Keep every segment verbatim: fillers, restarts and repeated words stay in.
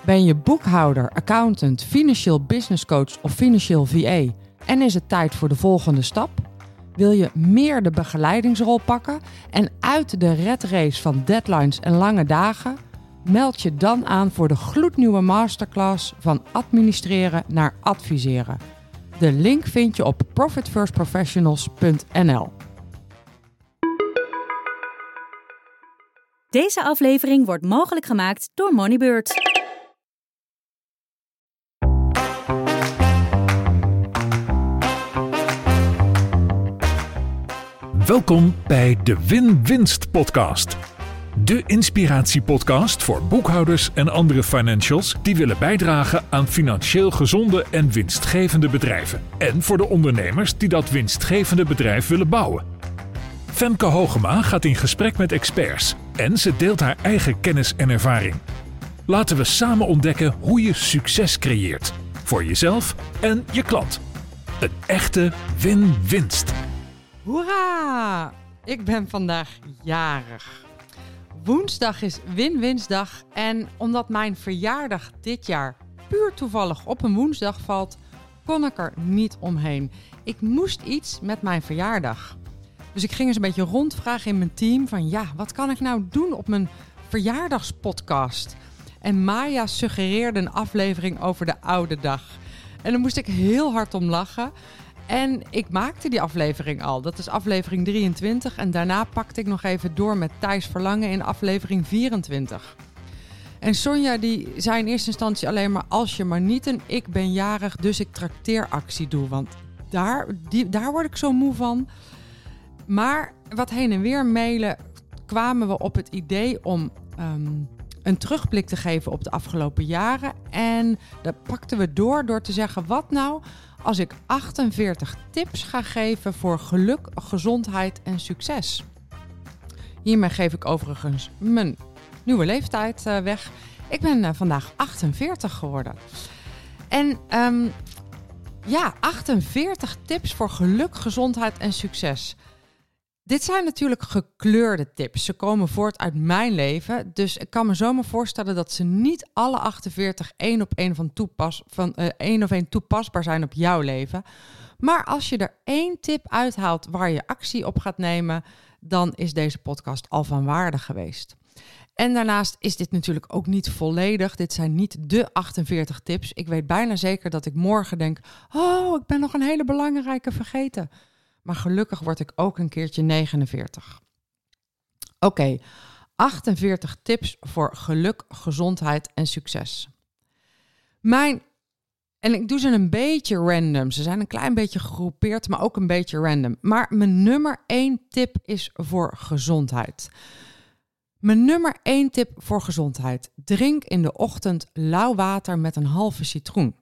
Ben je boekhouder, accountant, financieel business coach of financieel V A en is het tijd voor de volgende stap? Wil je meer de begeleidingsrol pakken en uit de red race van deadlines en lange dagen? Meld je dan aan voor de gloednieuwe masterclass van administreren naar adviseren. De link vind je op profit first professionals punt n l. Deze aflevering wordt mogelijk gemaakt door Moneybird. Welkom bij de Win-Winst podcast. De inspiratiepodcast voor boekhouders en andere financials die willen bijdragen aan financieel gezonde en winstgevende bedrijven. En voor de ondernemers die dat winstgevende bedrijf willen bouwen. Femke Hogema gaat in gesprek met experts en ze deelt haar eigen kennis en ervaring. Laten we samen ontdekken hoe je succes creëert. Voor jezelf en je klant. Een echte win-winst. Hoera! Ik ben vandaag jarig. Woensdag is win-winstdag en omdat mijn verjaardag dit jaar puur toevallig op een woensdag valt, kon ik er niet omheen. Ik moest iets met mijn verjaardag. Dus ik ging eens een beetje rondvragen in mijn team van ja, wat kan ik nou doen op mijn verjaardagspodcast? En Maya suggereerde een aflevering over de oude dag. En daar moest ik heel hard om lachen. En ik maakte die aflevering al. Dat is aflevering drieëntwintig. En daarna pakte ik nog even door met Thijs Verlangen in aflevering vierentwintig. En Sonja die zei in eerste instantie alleen maar als je maar niet een ik ben jarig, dus ik trakteeractie doe. Want daar, die, daar word ik zo moe van. Maar wat heen en weer mailen kwamen we op het idee om um, een terugblik te geven op de afgelopen jaren. En dat pakten we door door te zeggen wat nou als ik achtenveertig tips ga geven voor geluk, gezondheid en succes. Hiermee geef ik overigens mijn nieuwe leeftijd uh, weg. Ik ben uh, vandaag achtenveertig geworden. En um, ja, achtenveertig tips voor geluk, gezondheid en succes. Dit zijn natuurlijk gekleurde tips. Ze komen voort uit mijn leven. Dus ik kan me zomaar voorstellen dat ze niet alle achtenveertig één op één van toepas, van, uh, één of één toepasbaar zijn op jouw leven. Maar als je er één tip uithaalt waar je actie op gaat nemen, dan is deze podcast al van waarde geweest. En daarnaast is dit natuurlijk ook niet volledig. Dit zijn niet de achtenveertig tips. Ik weet bijna zeker dat ik morgen denk, oh, ik ben nog een hele belangrijke vergeten. Maar gelukkig word ik ook een keertje negenenveertig. Oké, okay, achtenveertig tips voor geluk, gezondheid en succes. Mijn, en ik doe ze een beetje random. Ze zijn een klein beetje gegroepeerd, maar ook een beetje random. Maar mijn nummer één tip is voor gezondheid. Mijn nummer één tip voor gezondheid. Drink in de ochtend lauw water met een halve citroen.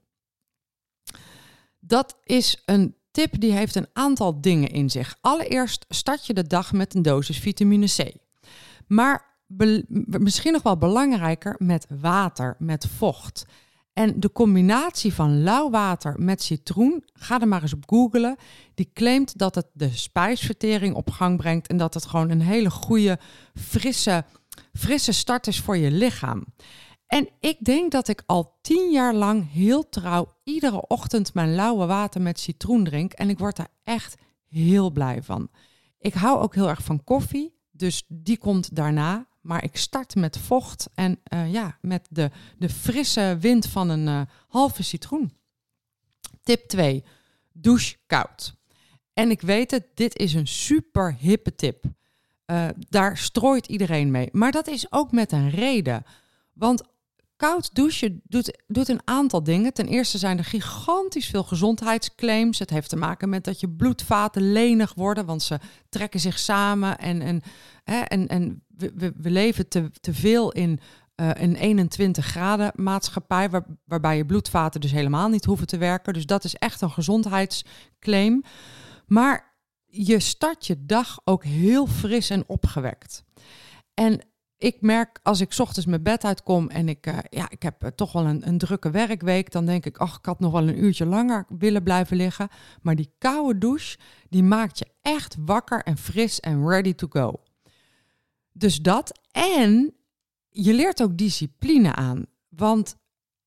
Dat is een tip die heeft een aantal dingen in zich. Allereerst start je de dag met een dosis vitamine C. Maar be- misschien nog wel belangrijker met water, met vocht. En de combinatie van lauw water met citroen, ga er maar eens op googlen. Die claimt dat het de spijsvertering op gang brengt en dat het gewoon een hele goede, frisse, frisse start is voor je lichaam. En ik denk dat ik al tien jaar lang heel trouw iedere ochtend mijn lauwe water met citroen drink. En ik word daar echt heel blij van. Ik hou ook heel erg van koffie, dus die komt daarna. Maar ik start met vocht en uh, ja, met de, de frisse wind van een uh, halve citroen. Tip twee. Douche koud. En ik weet het, dit is een super hippe tip. Uh, daar strooit iedereen mee. Maar dat is ook met een reden. Want koud douchen doet, doet een aantal dingen. Ten eerste zijn er gigantisch veel gezondheidsclaims. Het heeft te maken met dat je bloedvaten lenig worden, want ze trekken zich samen. En, en, hè, en, en we, we, we leven te, te veel in uh, een eenentwintig graden maatschappij, waar, waarbij je bloedvaten dus helemaal niet hoeven te werken. Dus dat is echt een gezondheidsclaim. Maar je start je dag ook heel fris en opgewekt. En ik merk als ik 's ochtends mijn bed uitkom en ik, uh, ja, ik heb uh, toch wel een, een drukke werkweek, dan denk ik, ach, ik had nog wel een uurtje langer willen blijven liggen. Maar die koude douche, die maakt je echt wakker en fris en ready to go. Dus dat. En je leert ook discipline aan. Want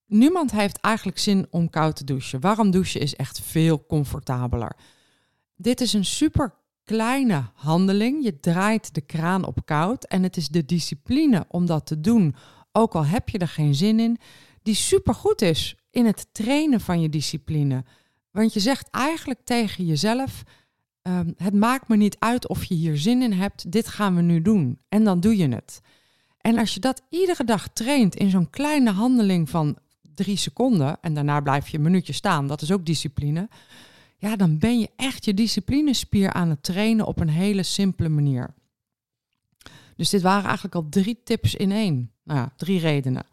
niemand heeft eigenlijk zin om koud te douchen. Warm douchen is echt veel comfortabeler. Dit is een super kleine handeling. Je draait de kraan op koud en het is de discipline om dat te doen, ook al heb je er geen zin in, die super goed is in het trainen van je discipline. Want je zegt eigenlijk tegen jezelf, um, het maakt me niet uit of je hier zin in hebt, dit gaan we nu doen. En dan doe je het. En als je dat iedere dag traint in zo'n kleine handeling van drie seconden en daarna blijf je een minuutje staan, dat is ook discipline, ja, dan ben je echt je disciplinespier aan het trainen op een hele simpele manier. Dus dit waren eigenlijk al drie tips in één. Nou ja, drie redenen.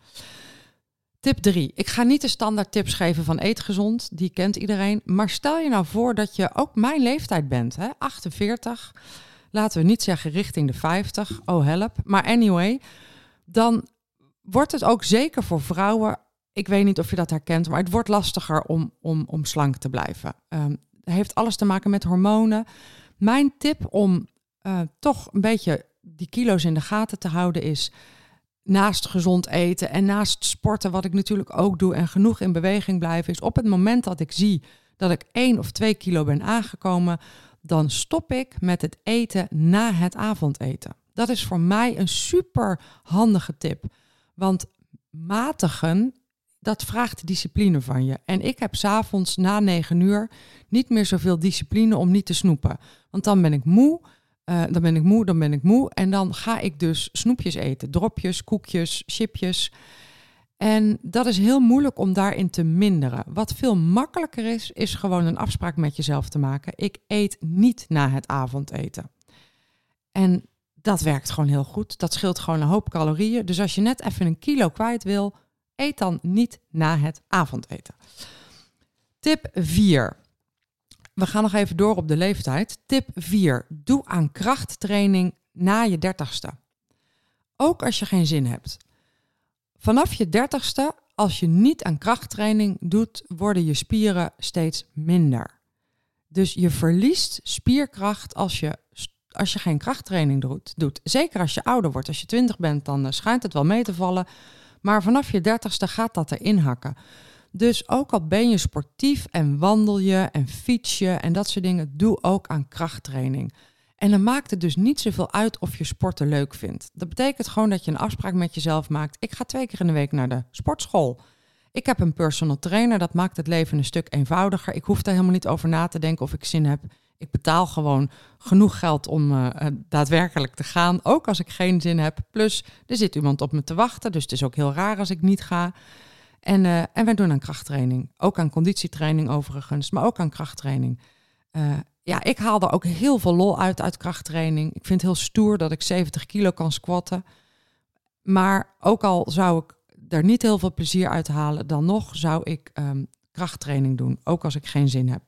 Tip drie. Ik ga niet de standaard tips geven van eet gezond, die kent iedereen. Maar stel je nou voor dat je ook mijn leeftijd bent, hè? achtenveertig. Laten we niet zeggen richting de vijftig. Oh help. Maar anyway, dan wordt het ook zeker voor vrouwen, ik weet niet of je dat herkent, maar het wordt lastiger om, om, om slank te blijven. Um, het heeft alles te maken met hormonen. Mijn tip om uh, toch een beetje die kilo's in de gaten te houden is, naast gezond eten en naast sporten, wat ik natuurlijk ook doe en genoeg in beweging blijven, is op het moment dat ik zie dat ik één of twee kilo ben aangekomen, dan stop ik met het eten na het avondeten. Dat is voor mij een super handige tip. Want matigen, dat vraagt discipline van je. En ik heb 's avonds na negen uur niet meer zoveel discipline om niet te snoepen. Want dan ben ik moe, uh, dan ben ik moe, dan ben ik moe. En dan ga ik dus snoepjes eten. Dropjes, koekjes, chipjes. En dat is heel moeilijk om daarin te minderen. Wat veel makkelijker is, is gewoon een afspraak met jezelf te maken. Ik eet niet na het avondeten. En dat werkt gewoon heel goed. Dat scheelt gewoon een hoop calorieën. Dus als je net even een kilo kwijt wil, eet dan niet na het avondeten. Tip vier. We gaan nog even door op de leeftijd. Tip vier. Doe aan krachttraining na je dertigste. Ook als je geen zin hebt. Vanaf je dertigste, als je niet aan krachttraining doet, worden je spieren steeds minder. Dus je verliest spierkracht als je, als je geen krachttraining doet, doet. Zeker als je ouder wordt. Als je twintig bent, dan schijnt het wel mee te vallen. Maar vanaf je dertigste gaat dat erin hakken. Dus ook al ben je sportief en wandel je en fiets je en dat soort dingen, doe ook aan krachttraining. En dan maakt het dus niet zoveel uit of je sporten leuk vindt. Dat betekent gewoon dat je een afspraak met jezelf maakt. Ik ga twee keer in de week naar de sportschool. Ik heb een personal trainer, dat maakt het leven een stuk eenvoudiger. Ik hoef daar helemaal niet over na te denken of ik zin heb. Ik betaal gewoon genoeg geld om uh, daadwerkelijk te gaan, ook als ik geen zin heb. Plus, er zit iemand op me te wachten, dus het is ook heel raar als ik niet ga. En, uh, en wij doen aan krachttraining. Ook aan conditietraining overigens, maar ook aan krachttraining. Uh, ja, ik haal er ook heel veel lol uit uit krachttraining. Ik vind het heel stoer dat ik zeventig kilo kan squatten. Maar ook al zou ik er niet heel veel plezier uit halen, dan nog zou ik um, krachttraining doen, ook als ik geen zin heb.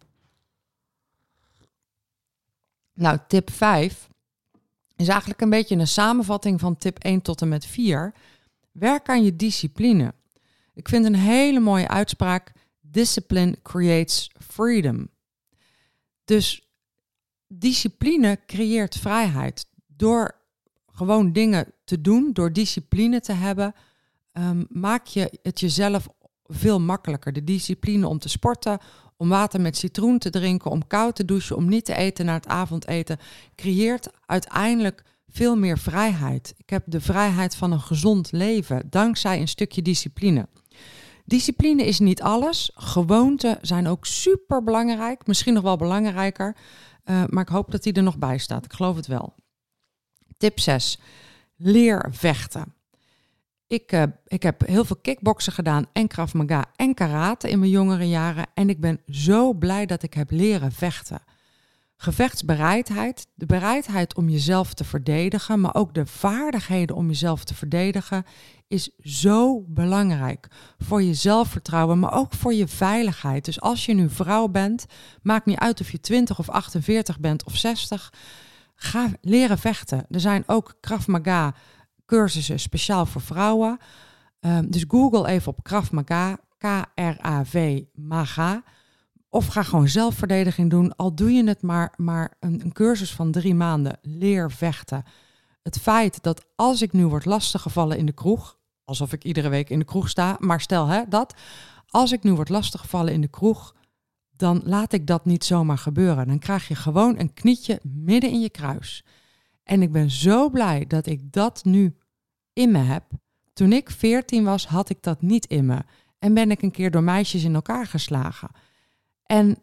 Nou, tip vijf is eigenlijk een beetje een samenvatting van tip één tot en met vier. Werk aan je discipline. Ik vind een hele mooie uitspraak. Discipline creates freedom. Dus discipline creëert vrijheid. Door gewoon dingen te doen, door discipline te hebben, um, maak je het jezelf veel makkelijker. De discipline om te sporten, om water met citroen te drinken, om koud te douchen, om niet te eten na het avondeten, creëert uiteindelijk veel meer vrijheid. Ik heb de vrijheid van een gezond leven, dankzij een stukje discipline. Discipline is niet alles. Gewoonten zijn ook super belangrijk. Misschien nog wel belangrijker. Uh, maar ik hoop dat die er nog bij staat. Ik geloof het wel. Tip zes. Leer vechten. Ik, uh, ik heb heel veel kickboksen gedaan en Krav Maga en karate in mijn jongere jaren. En ik ben zo blij dat ik heb leren vechten. Gevechtsbereidheid, de bereidheid om jezelf te verdedigen, maar ook de vaardigheden om jezelf te verdedigen, is zo belangrijk voor je zelfvertrouwen, maar ook voor je veiligheid. Dus als je nu vrouw bent, maakt niet uit of je twintig of achtenveertig bent of zestig, ga leren vechten. Er zijn ook Krav Maga cursussen speciaal voor vrouwen. Um, dus Google even op Krav Maga, K R A V, Maga. Of ga gewoon zelfverdediging doen, al doe je het maar, maar een, een cursus van drie maanden. Leer vechten. Het feit dat als ik nu word lastiggevallen in de kroeg, alsof ik iedere week in de kroeg sta. Maar stel hè, dat, als ik nu word lastiggevallen in de kroeg, dan laat ik dat niet zomaar gebeuren. Dan krijg je gewoon een knietje midden in je kruis. En ik ben zo blij dat ik dat nu in me heb. Toen ik veertien was, had ik dat niet in me. En ben ik een keer door meisjes in elkaar geslagen. En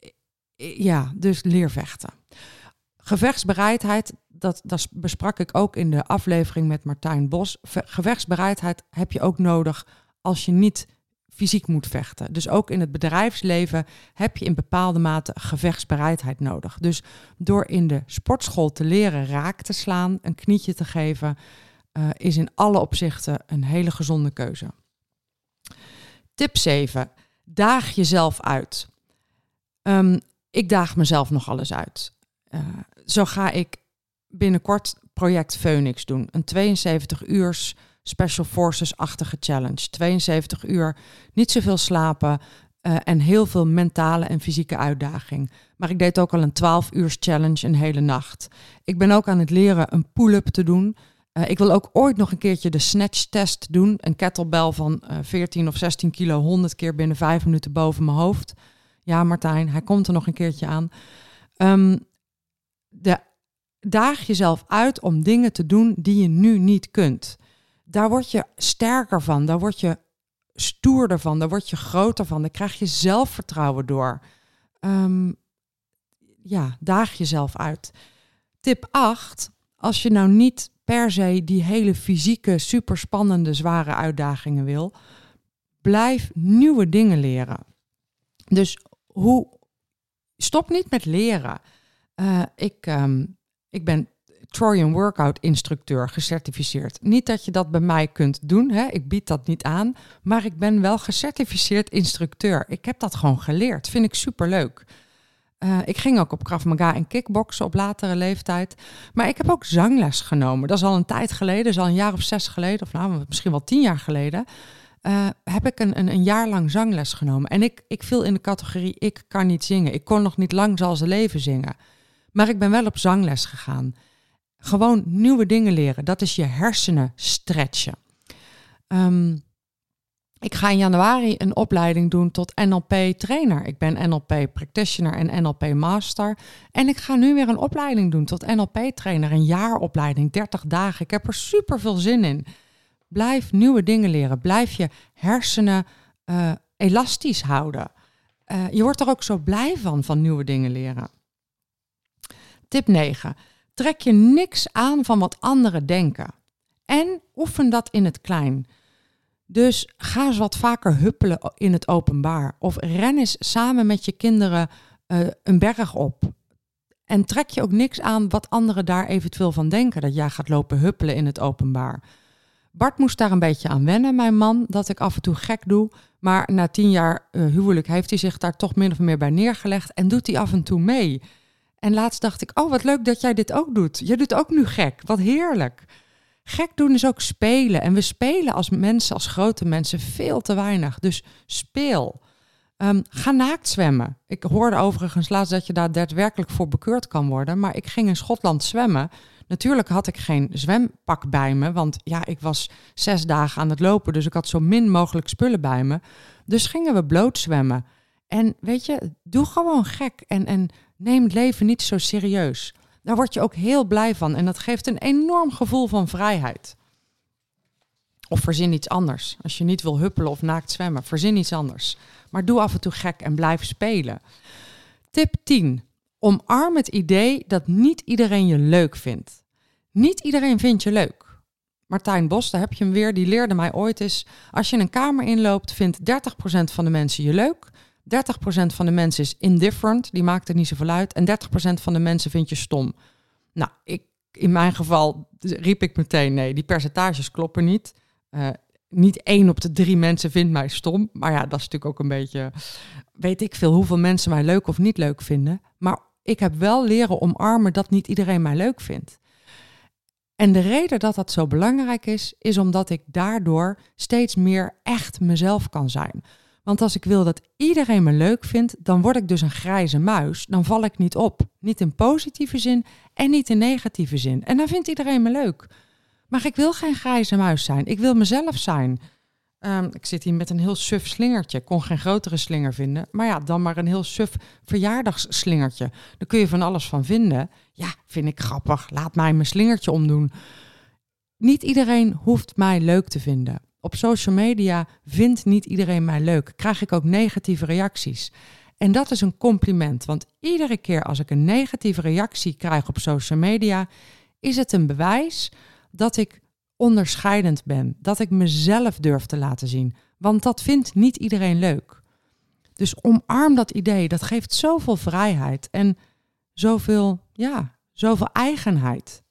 ja, dus leer vechten. Gevechtsbereidheid, dat, dat besprak ik ook in de aflevering met Martijn Bos. Gevechtsbereidheid heb je ook nodig als je niet fysiek moet vechten. Dus ook in het bedrijfsleven heb je in bepaalde mate gevechtsbereidheid nodig. Dus door in de sportschool te leren raak te slaan, een knietje te geven, uh, is in alle opzichten een hele gezonde keuze. Tip zeven. Daag jezelf uit. Um, ik daag mezelf nog alles uit. Uh, zo ga ik binnenkort project Phoenix doen. Een tweeënzeventig uurs Special Forces-achtige challenge. tweeënzeventig uur, niet zoveel slapen uh, en heel veel mentale en fysieke uitdaging. Maar ik deed ook al een twaalf uurs challenge een hele nacht. Ik ben ook aan het leren een pull-up te doen. Uh, ik wil ook ooit nog een keertje de snatch-test doen. Een kettlebell van uh, veertien of zestien kilo, honderd keer binnen vijf minuten boven mijn hoofd. Ja, Martijn, hij komt er nog een keertje aan. Um, de, daag jezelf uit om dingen te doen die je nu niet kunt. Daar word je sterker van, daar word je stoerder van, daar word je groter van. Daar krijg je zelfvertrouwen door. Um, ja, daag jezelf uit. Tip acht, als je nou niet per se die hele fysieke, superspannende, zware uitdagingen wil, blijf nieuwe dingen leren. Dus hoe, stop niet met leren. Uh, ik, um, ik ben Trojan Workout instructeur gecertificeerd. Niet dat je dat bij mij kunt doen, hè? Ik bied dat niet aan, maar ik ben wel gecertificeerd instructeur. Ik heb dat gewoon geleerd, vind ik superleuk. Uh, ik ging ook op Krav Maga en kickboksen op latere leeftijd. Maar ik heb ook zangles genomen. Dat is al een tijd geleden, dat is al een jaar of zes geleden, of nou, misschien wel tien jaar geleden. Uh, heb ik een, een, een jaar lang zangles genomen. En ik, ik viel in de categorie, ik kan niet zingen. Ik kon nog niet lang zal ze leven zingen. Maar ik ben wel op zangles gegaan. Gewoon nieuwe dingen leren. Dat is je hersenen stretchen. Um, ik ga in januari een opleiding doen tot N L P trainer. Ik ben N L P practitioner en N L P master. En ik ga nu weer een opleiding doen tot N L P trainer. Een jaaropleiding, dertig dagen. Ik heb er super veel zin in. Blijf nieuwe dingen leren. Blijf je hersenen uh, elastisch houden. Uh, je wordt er ook zo blij van, van nieuwe dingen leren. Tip negen. Trek je niks aan van wat anderen denken. En oefen dat in het klein. Dus ga eens wat vaker huppelen in het openbaar. Of ren eens samen met je kinderen uh, een berg op. En trek je ook niks aan wat anderen daar eventueel van denken. Dat jij gaat lopen huppelen in het openbaar. Bart moest daar een beetje aan wennen, mijn man, dat ik af en toe gek doe. Maar na tien jaar uh, huwelijk heeft hij zich daar toch min of meer bij neergelegd. En doet hij af en toe mee. En laatst dacht ik, oh wat leuk dat jij dit ook doet. Jij doet ook nu gek, wat heerlijk. Gek doen is ook spelen. En we spelen als mensen, als grote mensen, veel te weinig. Dus speel. Um, ga naakt zwemmen. Ik hoorde overigens laatst dat je daar daadwerkelijk voor bekeurd kan worden. Maar ik ging in Schotland zwemmen. Natuurlijk had ik geen zwempak bij me. Want ja, ik was zes dagen aan het lopen. Dus ik had zo min mogelijk spullen bij me. Dus gingen we bloot zwemmen. En weet je, doe gewoon gek. En, en neem het leven niet zo serieus. Daar word je ook heel blij van. En dat geeft een enorm gevoel van vrijheid. Of verzin iets anders. Als je niet wil huppelen of naakt zwemmen, verzin iets anders. Maar doe af en toe gek en blijf spelen. Tip tien. Omarm het idee dat niet iedereen je leuk vindt. Niet iedereen vindt je leuk. Martijn Bos, daar heb je hem weer, die leerde mij ooit eens. Als je een kamer inloopt, vindt dertig procent van de mensen je leuk. dertig procent van de mensen is indifferent, die maakt er niet zoveel uit. En dertig procent van de mensen vindt je stom. Nou, ik, in mijn geval riep ik meteen, nee, die percentages kloppen niet. Uh, niet één op de drie mensen vindt mij stom. Maar ja, dat is natuurlijk ook een beetje, weet ik veel, hoeveel mensen mij leuk of niet leuk vinden. Maar ik heb wel leren omarmen dat niet iedereen mij leuk vindt. En de reden dat dat zo belangrijk is, is omdat ik daardoor steeds meer echt mezelf kan zijn. Want als ik wil dat iedereen me leuk vindt, dan word ik dus een grijze muis. Dan val ik niet op. Niet in positieve zin en niet in negatieve zin. En dan vindt iedereen me leuk. Maar ik wil geen grijze muis zijn. Ik wil mezelf zijn. Um, ik zit hier met een heel suf slingertje. Ik kon geen grotere slinger vinden. Maar ja, dan maar een heel suf verjaardagsslingertje. Daar kun je van alles van vinden. Ja, vind ik grappig. Laat mij mijn slingertje omdoen. Niet iedereen hoeft mij leuk te vinden. Op social media vindt niet iedereen mij leuk. Krijg ik ook negatieve reacties. En dat is een compliment. Want iedere keer als ik een negatieve reactie krijg op social media, is het een bewijs dat ik onderscheidend ben. Dat ik mezelf durf te laten zien. Want dat vindt niet iedereen leuk. Dus omarm dat idee. Dat geeft zoveel vrijheid en zoveel, ja, zoveel eigenheid.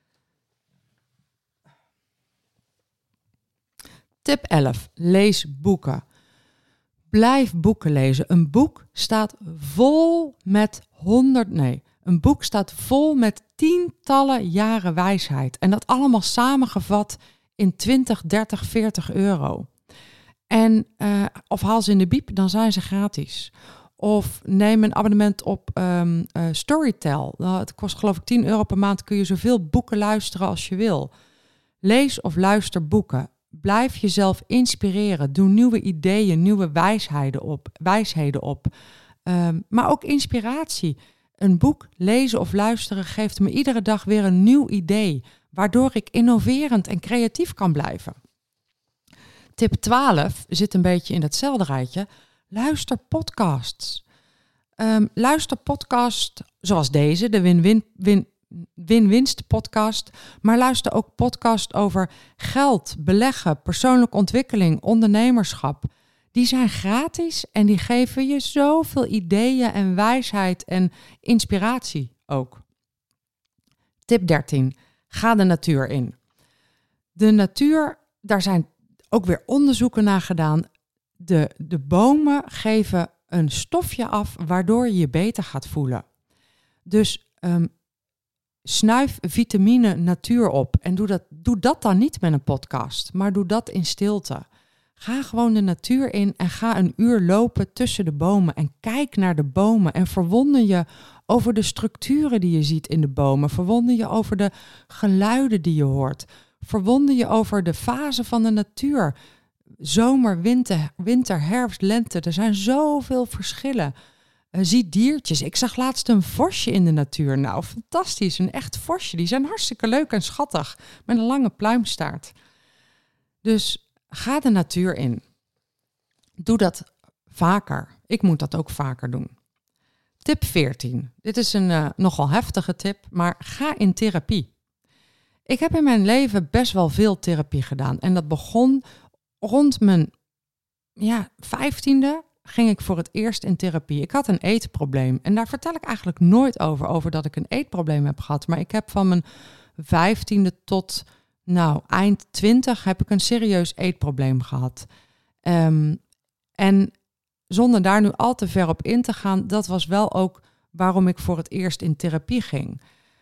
Tip elf. Lees boeken. Blijf boeken lezen. Een boek staat vol met honderd, nee, een boek staat vol met tientallen jaren wijsheid. En dat allemaal samengevat in twintig, dertig, veertig euro. En uh, of haal ze in de biep, dan zijn ze gratis. Of neem een abonnement op um, uh, Storytel. Nou, het kost geloof ik tien euro per maand. Kun je zoveel boeken luisteren als je wil. Lees of luister boeken. Blijf jezelf inspireren. Doe nieuwe ideeën, nieuwe wijsheden op. Wijsheden op. Um, maar ook inspiratie. Een boek lezen of luisteren geeft me iedere dag weer een nieuw idee, waardoor ik innoverend en creatief kan blijven. Tip twaalf zit een beetje in datzelfde rijtje. Luister podcasts. Um, luister podcasts zoals deze, de Win-Win Win, Win-Winst podcast. Maar luister ook podcasts over geld, beleggen, persoonlijke ontwikkeling, ondernemerschap. Die zijn gratis en die geven je zoveel ideeën en wijsheid en inspiratie ook. Tip dertien. Ga de natuur in. De natuur, daar zijn ook weer onderzoeken naar gedaan. De, de bomen geven een stofje af waardoor je je beter gaat voelen. Dus um, snuif vitamine natuur op. En doe dat, doe dat dan niet met een podcast, maar doe dat in stilte. Ga gewoon de natuur in en ga een uur lopen tussen de bomen en kijk naar de bomen en verwonder je over de structuren die je ziet in de bomen. Verwonder je over de geluiden die je hoort. Verwonder je over de fase van de natuur. Zomer, winter, winter, herfst, lente. Er zijn zoveel verschillen. Uh, zie diertjes. Ik zag laatst een vosje in de natuur. Nou, fantastisch. Een echt vosje. Die zijn hartstikke leuk en schattig. Met een lange pluimstaart. Dus ga de natuur in. Doe dat vaker. Ik moet dat ook vaker doen. Tip veertien. Dit is een uh, nogal heftige tip, maar ga in therapie. Ik heb in mijn leven best wel veel therapie gedaan. En dat begon rond mijn ja, vijftiende ging ik voor het eerst in therapie. Ik had een eetprobleem. En daar vertel ik eigenlijk nooit over, over dat ik een eetprobleem heb gehad. Maar ik heb van mijn vijftiende tot nou, eind twintig heb ik een serieus eetprobleem gehad. Um, en zonder daar nu al te ver op in te gaan, dat was wel ook waarom ik voor het eerst in therapie ging.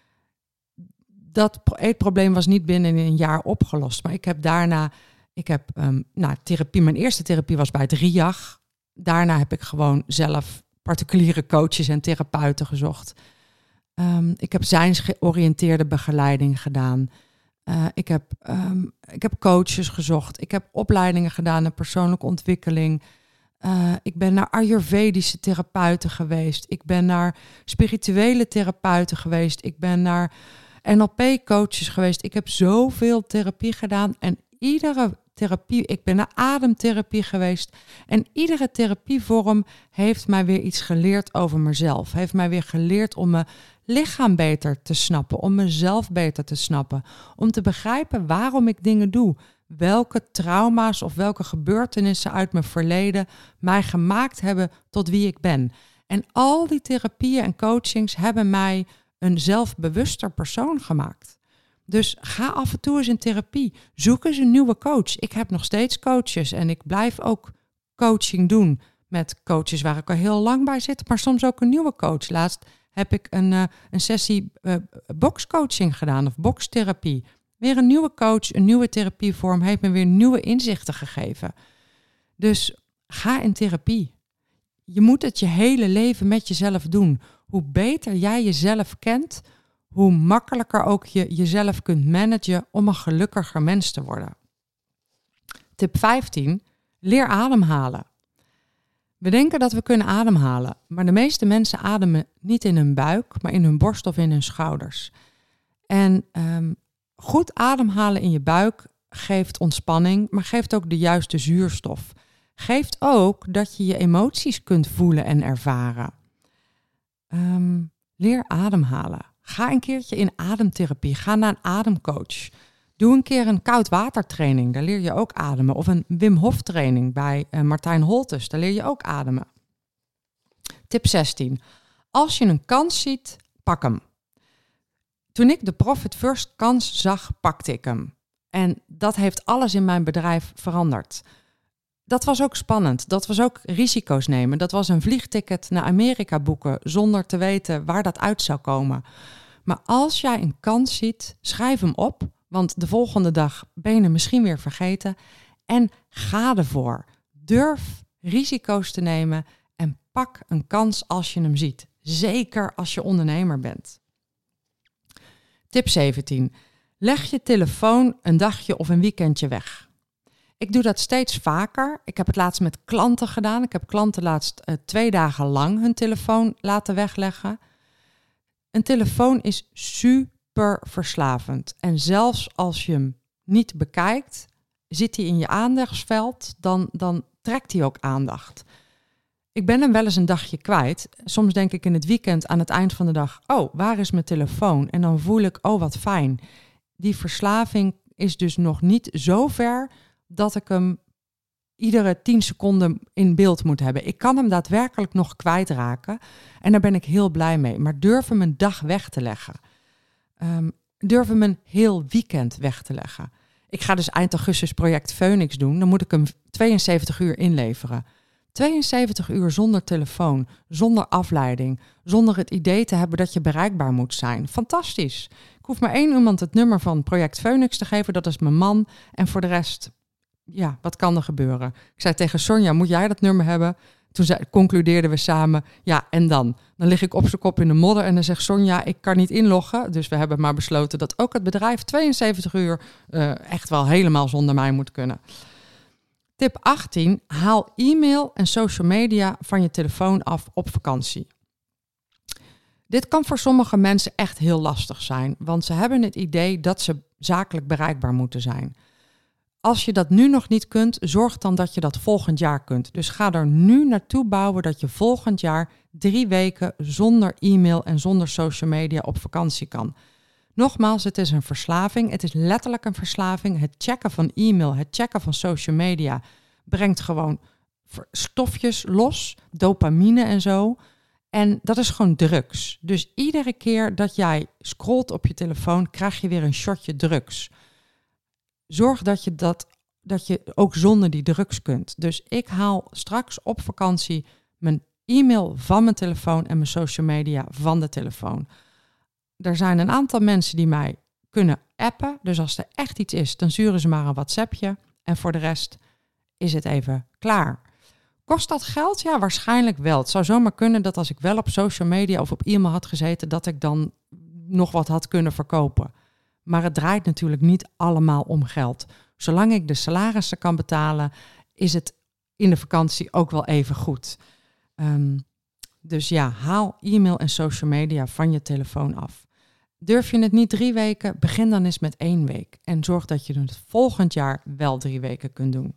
Dat eetprobleem was niet binnen een jaar opgelost. Maar ik heb daarna, ik heb um, nou, therapie, mijn eerste therapie was bij het R I A G. Daarna heb ik gewoon zelf particuliere coaches en therapeuten gezocht. Um, ik heb zijnsgeoriënteerde begeleiding gedaan. Uh, ik, heb, um, ik heb coaches gezocht. Ik heb opleidingen gedaan in persoonlijke ontwikkeling. Uh, ik ben naar Ayurvedische therapeuten geweest. Ik ben naar spirituele therapeuten geweest. Ik ben naar N L P-coaches geweest. Ik heb zoveel therapie gedaan. En iedere therapie, ik ben naar ademtherapie geweest. En iedere therapievorm heeft mij weer iets geleerd over mezelf. Heeft mij weer geleerd om mijn lichaam beter te snappen. Om mezelf beter te snappen. Om te begrijpen waarom ik dingen doe. Welke trauma's of welke gebeurtenissen uit mijn verleden mij gemaakt hebben tot wie ik ben. En al die therapieën en coachings hebben mij een zelfbewuster persoon gemaakt. Dus ga af en toe eens in therapie. Zoek eens een nieuwe coach. Ik heb nog steeds coaches en ik blijf ook coaching doen met coaches waar ik al heel lang bij zit, maar soms ook een nieuwe coach. Laatst heb ik een, uh, een sessie uh, boxcoaching gedaan of boxtherapie. Weer een nieuwe coach, een nieuwe therapievorm heeft me weer nieuwe inzichten gegeven. Dus ga in therapie. Je moet het je hele leven met jezelf doen. Hoe beter jij jezelf kent, hoe makkelijker ook je jezelf kunt managen om een gelukkiger mens te worden. Tip vijftien. Leer ademhalen. We denken dat we kunnen ademhalen, maar de meeste mensen ademen niet in hun buik, maar in hun borst of in hun schouders. En um, goed ademhalen in je buik geeft ontspanning, maar geeft ook de juiste zuurstof. Geeft ook dat je je emoties kunt voelen en ervaren. Um, leer ademhalen. Ga een keertje in ademtherapie. Ga naar een ademcoach. Doe een keer een koudwatertraining. Daar leer je ook ademen. Of een Wim Hof training bij uh, Martijn Holtes. Daar leer je ook ademen. Tip zestien. Als je een kans ziet, pak hem. Toen ik de Profit First kans zag, pakte ik hem. En dat heeft alles in mijn bedrijf veranderd. Dat was ook spannend. Dat was ook risico's nemen. Dat was een vliegticket naar Amerika boeken zonder te weten waar dat uit zou komen. Maar als jij een kans ziet, schrijf hem op. Want de volgende dag ben je hem misschien weer vergeten. En ga ervoor. Durf risico's te nemen en pak een kans als je hem ziet. Zeker als je ondernemer bent. Tip zeventien. Leg je telefoon een dagje of een weekendje weg. Ik doe dat steeds vaker. Ik heb het laatst met klanten gedaan. Ik heb klanten laatst uh, twee dagen lang hun telefoon laten wegleggen. Een telefoon is super verslavend. En zelfs als je hem niet bekijkt, zit hij in je aandachtsveld, dan, dan trekt hij ook aandacht. Ik ben hem wel eens een dagje kwijt. Soms denk ik in het weekend aan het eind van de dag, oh, waar is mijn telefoon? En dan voel ik, oh, wat fijn. Die verslaving is dus nog niet zo ver dat ik hem iedere tien seconden in beeld moet hebben. Ik kan hem daadwerkelijk nog kwijtraken en daar ben ik heel blij mee. Maar durf hem een dag weg te leggen. Um, durf hem een heel weekend weg te leggen. Ik ga dus eind augustus project Phoenix doen. Dan moet ik hem tweeënzeventig uur inleveren. tweeënzeventig uur zonder telefoon, zonder afleiding, zonder het idee te hebben dat je bereikbaar moet zijn. Fantastisch. Ik hoef maar één iemand het nummer van project Phoenix te geven, dat is mijn man. En voor de rest, ja, wat kan er gebeuren? Ik zei tegen Sonja, moet jij dat nummer hebben? Toen zei, concludeerden we samen, ja, en dan? Dan lig ik op zijn kop in de modder en dan zegt Sonja, ik kan niet inloggen. Dus we hebben maar besloten dat ook het bedrijf tweeënzeventig uur uh, echt wel helemaal zonder mij moet kunnen. Tip achttien. Haal e-mail en social media van je telefoon af op vakantie. Dit kan voor sommige mensen echt heel lastig zijn, want ze hebben het idee dat ze zakelijk bereikbaar moeten zijn. Als je dat nu nog niet kunt, zorg dan dat je dat volgend jaar kunt. Dus ga er nu naartoe bouwen dat je volgend jaar drie weken zonder e-mail en zonder social media op vakantie kan. Nogmaals, het is een verslaving. Het is letterlijk een verslaving. Het checken van e-mail, het checken van social media brengt gewoon stofjes los, dopamine en zo. En dat is gewoon drugs. Dus iedere keer dat jij scrolt op je telefoon, krijg je weer een shotje drugs. Zorg dat je dat, dat je ook zonder die drugs kunt. Dus ik haal straks op vakantie mijn e-mail van mijn telefoon en mijn social media van de telefoon. Er zijn een aantal mensen die mij kunnen appen. Dus als er echt iets is, dan sturen ze maar een WhatsAppje. En voor de rest is het even klaar. Kost dat geld? Ja, waarschijnlijk wel. Het zou zomaar kunnen dat als ik wel op social media of op e-mail had gezeten, dat ik dan nog wat had kunnen verkopen. Maar het draait natuurlijk niet allemaal om geld. Zolang ik de salarissen kan betalen, is het in de vakantie ook wel even goed. Um, dus ja, haal e-mail en social media van je telefoon af. Durf je het niet drie weken, begin dan eens met één week. En zorg dat je het volgend jaar wel drie weken kunt doen.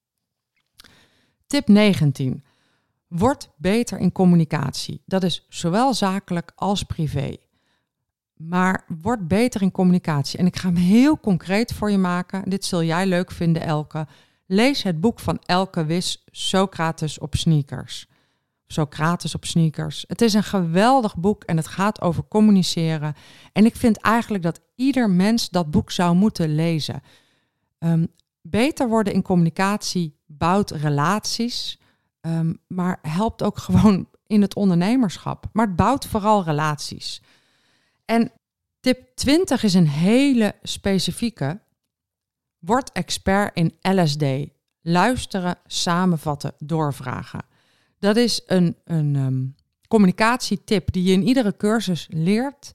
Tip negentien. Word beter in communicatie. Dat is zowel zakelijk als privé. Maar word beter in communicatie. En ik ga hem heel concreet voor je maken. Dit zul jij leuk vinden, Elke. Lees het boek van Elke Wiss, Socrates op sneakers. Socrates op sneakers. Het is een geweldig boek en het gaat over communiceren. En ik vind eigenlijk dat ieder mens dat boek zou moeten lezen. Um, beter worden in communicatie bouwt relaties, um, maar helpt ook gewoon in het ondernemerschap. Maar het bouwt vooral relaties. En tip twintig is een hele specifieke. Word expert in L S D. Luisteren, samenvatten, doorvragen. Dat is een, een um, communicatietip die je in iedere cursus leert.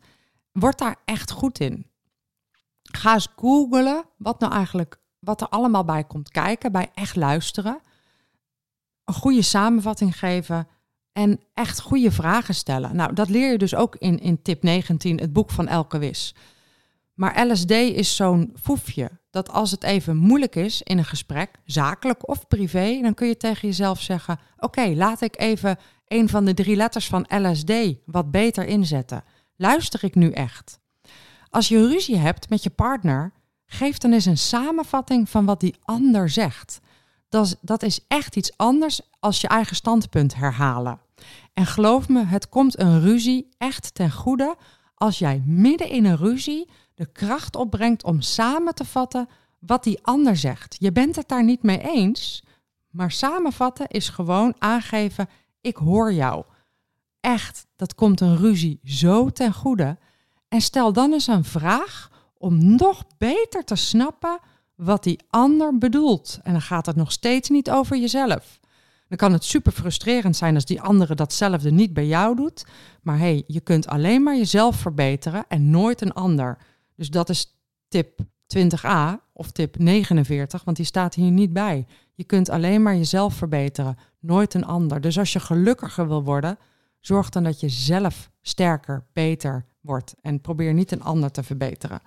word daar echt goed in. Ga eens googlen wat nou eigenlijk, wat er allemaal bij komt kijken, bij echt luisteren. Een goede samenvatting geven en echt goede vragen stellen. Nou, dat leer je dus ook in, in tip negentien, het boek van Elke Wis. Maar L S D is zo'n foefje, dat als het even moeilijk is in een gesprek, zakelijk of privé, dan kun je tegen jezelf zeggen, oké, okay, laat ik even een van de drie letters van L S D wat beter inzetten. Luister ik nu echt? Als je ruzie hebt met je partner, geef dan eens een samenvatting van wat die ander zegt. Dat is, dat is echt iets anders als je eigen standpunt herhalen. En geloof me, het komt een ruzie echt ten goede als jij midden in een ruzie de kracht opbrengt om samen te vatten wat die ander zegt. Je bent het daar niet mee eens, maar samenvatten is gewoon aangeven, ik hoor jou. Echt, dat komt een ruzie zo ten goede. En stel dan eens een vraag om nog beter te snappen wat die ander bedoelt. En dan gaat het nog steeds niet over jezelf. Dan kan het super frustrerend zijn als die andere datzelfde niet bij jou doet. Maar hé, hey, je kunt alleen maar jezelf verbeteren en nooit een ander. Dus dat is tip twintig a of tip negenenveertig, want die staat hier niet bij. Je kunt alleen maar jezelf verbeteren, nooit een ander. Dus als je gelukkiger wil worden, zorg dan dat je zelf sterker, beter wordt. En probeer niet een ander te verbeteren.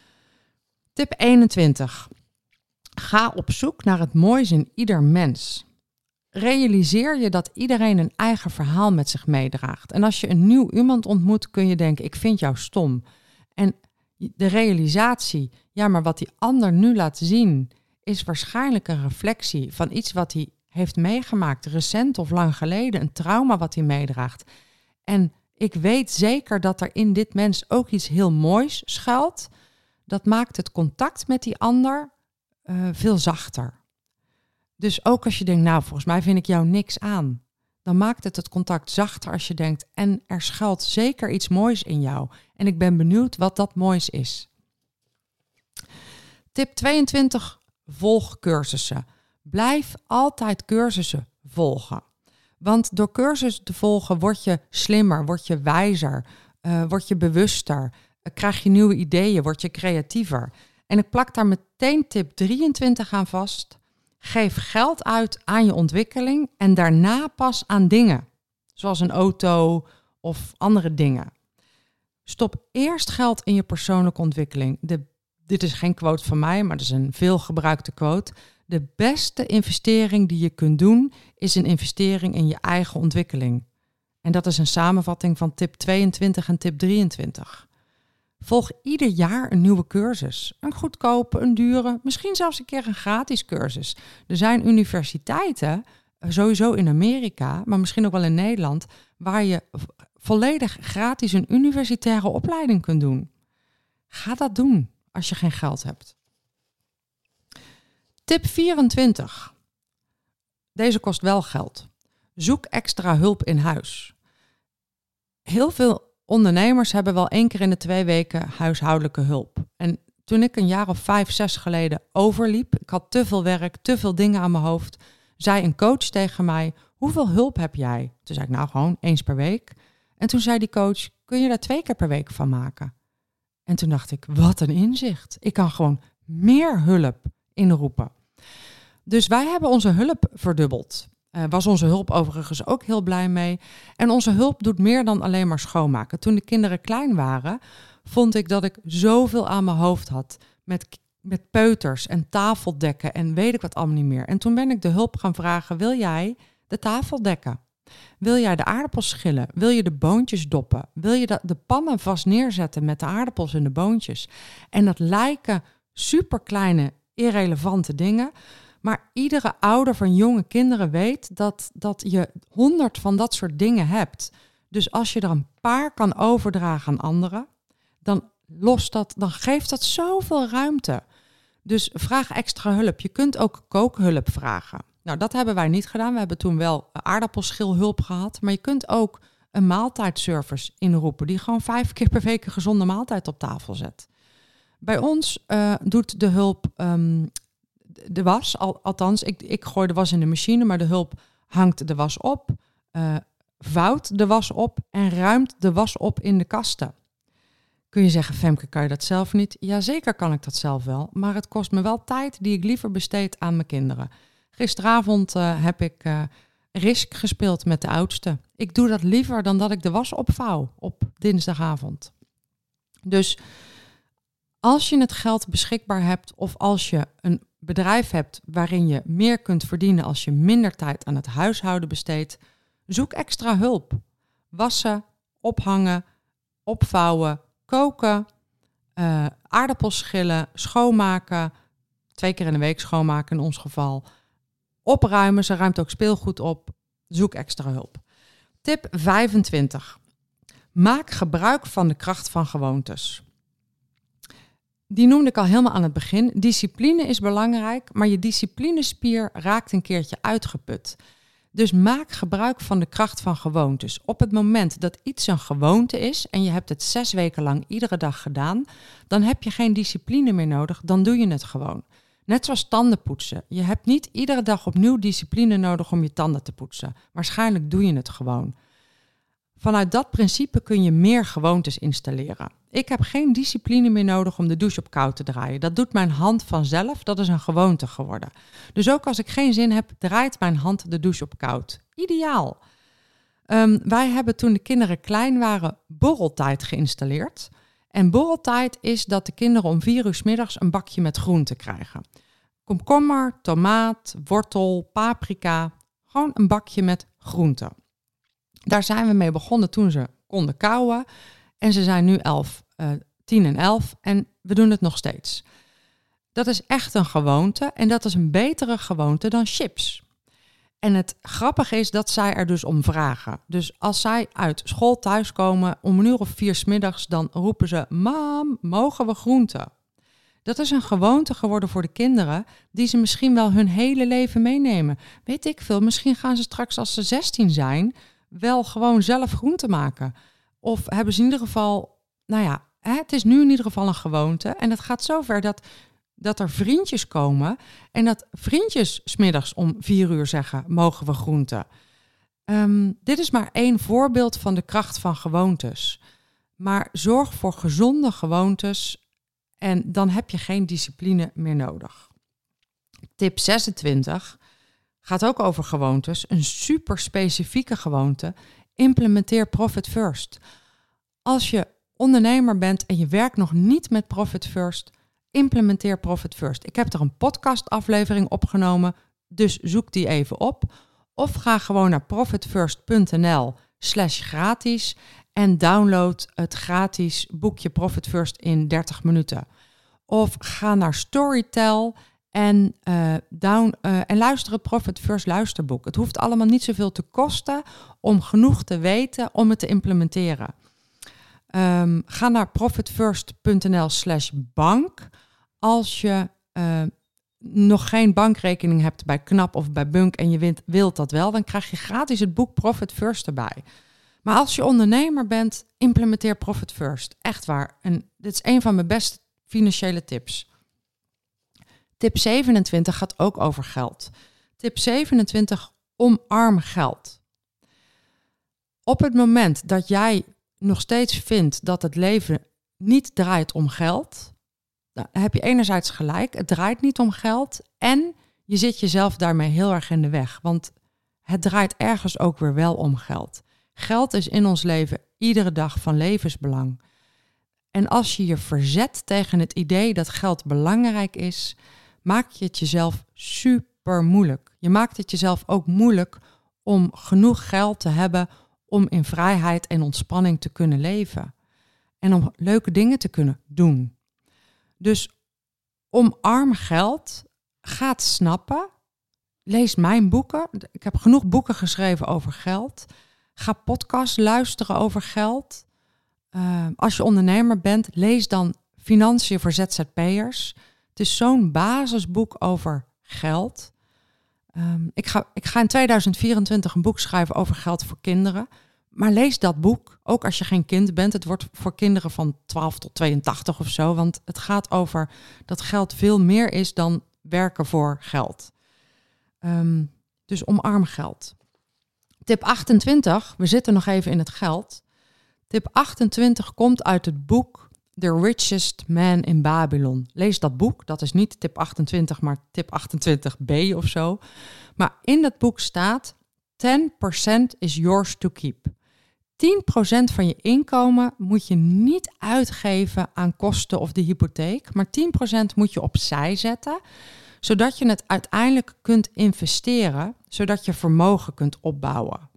Tip eenentwintig. Ga op zoek naar het moois in ieder mens. Realiseer je dat iedereen een eigen verhaal met zich meedraagt. En als je een nieuw iemand ontmoet, kun je denken, ik vind jou stom. En de realisatie, ja, maar wat die ander nu laat zien, is waarschijnlijk een reflectie van iets wat hij heeft meegemaakt, recent of lang geleden, een trauma wat hij meedraagt. En ik weet zeker dat er in dit mens ook iets heel moois schuilt. Dat maakt het contact met die ander uh, veel zachter. Dus ook als je denkt, nou, volgens mij vind ik jou niks aan, dan maakt het het contact zachter als je denkt, en er schuilt zeker iets moois in jou. En ik ben benieuwd wat dat moois is. Tip tweeëntwintig, volg cursussen. Blijf altijd cursussen volgen. Want door cursussen te volgen word je slimmer, word je wijzer, uh, word je bewuster, uh, krijg je nieuwe ideeën, word je creatiever. En ik plak daar meteen tip drieëntwintig aan vast. Geef geld uit aan je ontwikkeling en daarna pas aan dingen, zoals een auto of andere dingen. Stop eerst geld in je persoonlijke ontwikkeling. De, dit is geen quote van mij, maar dat is een veelgebruikte quote. De beste investering die je kunt doen, is een investering in je eigen ontwikkeling. En dat is een samenvatting van tip tweeëntwintig en tip drieëntwintig. Volg ieder jaar een nieuwe cursus. Een goedkope, een dure, misschien zelfs een keer een gratis cursus. Er zijn universiteiten, sowieso in Amerika, maar misschien ook wel in Nederland, waar je volledig gratis een universitaire opleiding kunt doen. Ga dat doen als je geen geld hebt. Tip vierentwintig. Deze kost wel geld. Zoek extra hulp in huis. Heel veel ondernemers hebben wel één keer in de twee weken huishoudelijke hulp. En toen ik een jaar of vijf, zes geleden overliep, ik had te veel werk, te veel dingen aan mijn hoofd, zei een coach tegen mij, hoeveel hulp heb jij? Toen zei ik, nou gewoon eens per week. En toen zei die coach, kun je daar twee keer per week van maken? En toen dacht ik, wat een inzicht. Ik kan gewoon meer hulp inroepen. Dus wij hebben onze hulp verdubbeld. Uh, was onze hulp overigens ook heel blij mee. En onze hulp doet meer dan alleen maar schoonmaken. Toen de kinderen klein waren, vond ik dat ik zoveel aan mijn hoofd had. Met, met peuters en tafeldekken en weet ik wat allemaal niet meer. En toen ben ik de hulp gaan vragen, wil jij de tafel dekken? Wil jij de aardappels schillen? Wil je de boontjes doppen? Wil je de, de pannen vast neerzetten met de aardappels en de boontjes? En dat lijken superkleine, irrelevante dingen. Maar iedere ouder van jonge kinderen weet dat, dat je honderd van dat soort dingen hebt. Dus als je er een paar kan overdragen aan anderen, dan, lost dat, dan geeft dat zoveel ruimte. Dus vraag extra hulp. Je kunt ook kookhulp vragen. Nou, dat hebben wij niet gedaan. We hebben toen wel aardappelschilhulp gehad. Maar je kunt ook een maaltijdservice inroepen die gewoon vijf keer per week een gezonde maaltijd op tafel zet. Bij ons uh, doet de hulp um, de was, al, althans, ik, ik gooi de was in de machine, maar de hulp hangt de was op, uh, vouwt de was op en ruimt de was op in de kasten. Kun je zeggen, Femke, kan je dat zelf niet? Jazeker kan ik dat zelf wel, maar het kost me wel tijd die ik liever besteed aan mijn kinderen. Gisteravond uh, heb ik uh, Risk gespeeld met de oudste. Ik doe dat liever dan dat ik de was opvouw op dinsdagavond. Dus als je het geld beschikbaar hebt of als je een bedrijf hebt waarin je meer kunt verdienen als je minder tijd aan het huishouden besteedt, zoek extra hulp. Wassen, ophangen, opvouwen, koken, uh, aardappels schillen, schoonmaken, twee keer in de week schoonmaken in ons geval, opruimen, ze ruimt ook speelgoed op, zoek extra hulp. Tip vijfentwintig. Maak gebruik van de kracht van gewoontes. Die noemde ik al helemaal aan het begin. Discipline is belangrijk, maar je disciplinespier raakt een keertje uitgeput. Dus maak gebruik van de kracht van gewoontes. Op het moment dat iets een gewoonte is en je hebt het zes weken lang iedere dag gedaan, dan heb je geen discipline meer nodig, dan doe je het gewoon. Net zoals tanden poetsen. Je hebt niet iedere dag opnieuw discipline nodig om je tanden te poetsen. Waarschijnlijk doe je het gewoon. Vanuit dat principe kun je meer gewoontes installeren. Ik heb geen discipline meer nodig om de douche op koud te draaien. Dat doet mijn hand vanzelf, dat is een gewoonte geworden. Dus ook als ik geen zin heb, draait mijn hand de douche op koud. Ideaal. Um, wij hebben toen de kinderen klein waren borreltijd geïnstalleerd. En borreltijd is dat de kinderen om vier uur 's middags een bakje met groenten krijgen. Komkommer, tomaat, wortel, paprika. Gewoon een bakje met groenten. Daar zijn we mee begonnen toen ze konden kauwen. En ze zijn nu elf, uh, tien en elf en we doen het nog steeds. Dat is echt een gewoonte en dat is een betere gewoonte dan chips. En het grappige is dat zij er dus om vragen. Dus als zij uit school thuiskomen om een uur of vier 's middags, dan roepen ze, mam, mogen we groenten? Dat is een gewoonte geworden voor de kinderen die ze misschien wel hun hele leven meenemen. Weet ik veel, misschien gaan ze straks als ze zestien zijn wel gewoon zelf groenten maken. Of hebben ze in ieder geval, nou ja, het is nu in ieder geval een gewoonte. En het gaat zover dat, dat er vriendjes komen en dat vriendjes 's middags om vier uur zeggen, mogen we groenten? Um, dit is maar één voorbeeld van de kracht van gewoontes. Maar zorg voor gezonde gewoontes en dan heb je geen discipline meer nodig. Tip zesentwintig gaat ook over gewoontes. Een super specifieke gewoonte. Implementeer Profit First. Als je ondernemer bent en je werkt nog niet met Profit First, implementeer Profit First. Ik heb er een podcastaflevering opgenomen, dus zoek die even op. Of ga gewoon naar profitfirst.nl slash gratis en download het gratis boekje Profit First in dertig minuten. Of ga naar Storytel en, uh, down, uh, en luister het Profit First luisterboek. Het hoeft allemaal niet zoveel te kosten om genoeg te weten om het te implementeren. Um, ga naar profitfirst.nl slash bank als je uh, nog geen bankrekening hebt bij Knap of bij Bunk en je wilt, wilt dat wel, dan krijg je gratis het boek Profit First erbij. Maar als je ondernemer bent, implementeer Profit First. Echt waar. En dit is een van mijn beste financiële tips. Tip zevenentwintig gaat ook over geld. Tip zevenentwintig, omarm geld. Op het moment dat jij nog steeds vindt dat het leven niet draait om geld, dan heb je enerzijds gelijk, het draait niet om geld en je zit jezelf daarmee heel erg in de weg. Want het draait ergens ook weer wel om geld. Geld is in ons leven iedere dag van levensbelang. En als je je verzet tegen het idee dat geld belangrijk is, maak je het jezelf super moeilijk. Je maakt het jezelf ook moeilijk om genoeg geld te hebben om in vrijheid en ontspanning te kunnen leven. En om leuke dingen te kunnen doen. Dus omarm geld, ga het snappen. Lees mijn boeken. Ik heb genoeg boeken geschreven over geld. Ga podcasts luisteren over geld. Uh, als je ondernemer bent, lees dan Financiën voor Z Z P'ers. Het is zo'n basisboek over geld. Um, ik, ga, ik ga in tweeduizend vierentwintig een boek schrijven over geld voor kinderen. Maar lees dat boek, ook als je geen kind bent. Het wordt voor kinderen van twaalf tot tweeëntachtig of zo. Want het gaat over dat geld veel meer is dan werken voor geld. Um, dus omarm geld. Tip achtentwintig, we zitten nog even in het geld. Tip achtentwintig komt uit het boek The Richest Man in Babylon. Lees dat boek. Dat is niet tip achtentwintig, maar tip achtentwintig b of zo. Maar in dat boek staat ten percent is yours to keep. tien procent van je inkomen moet je niet uitgeven aan kosten of de hypotheek, maar tien procent moet je opzij zetten, zodat je het uiteindelijk kunt investeren, zodat je vermogen kunt opbouwen.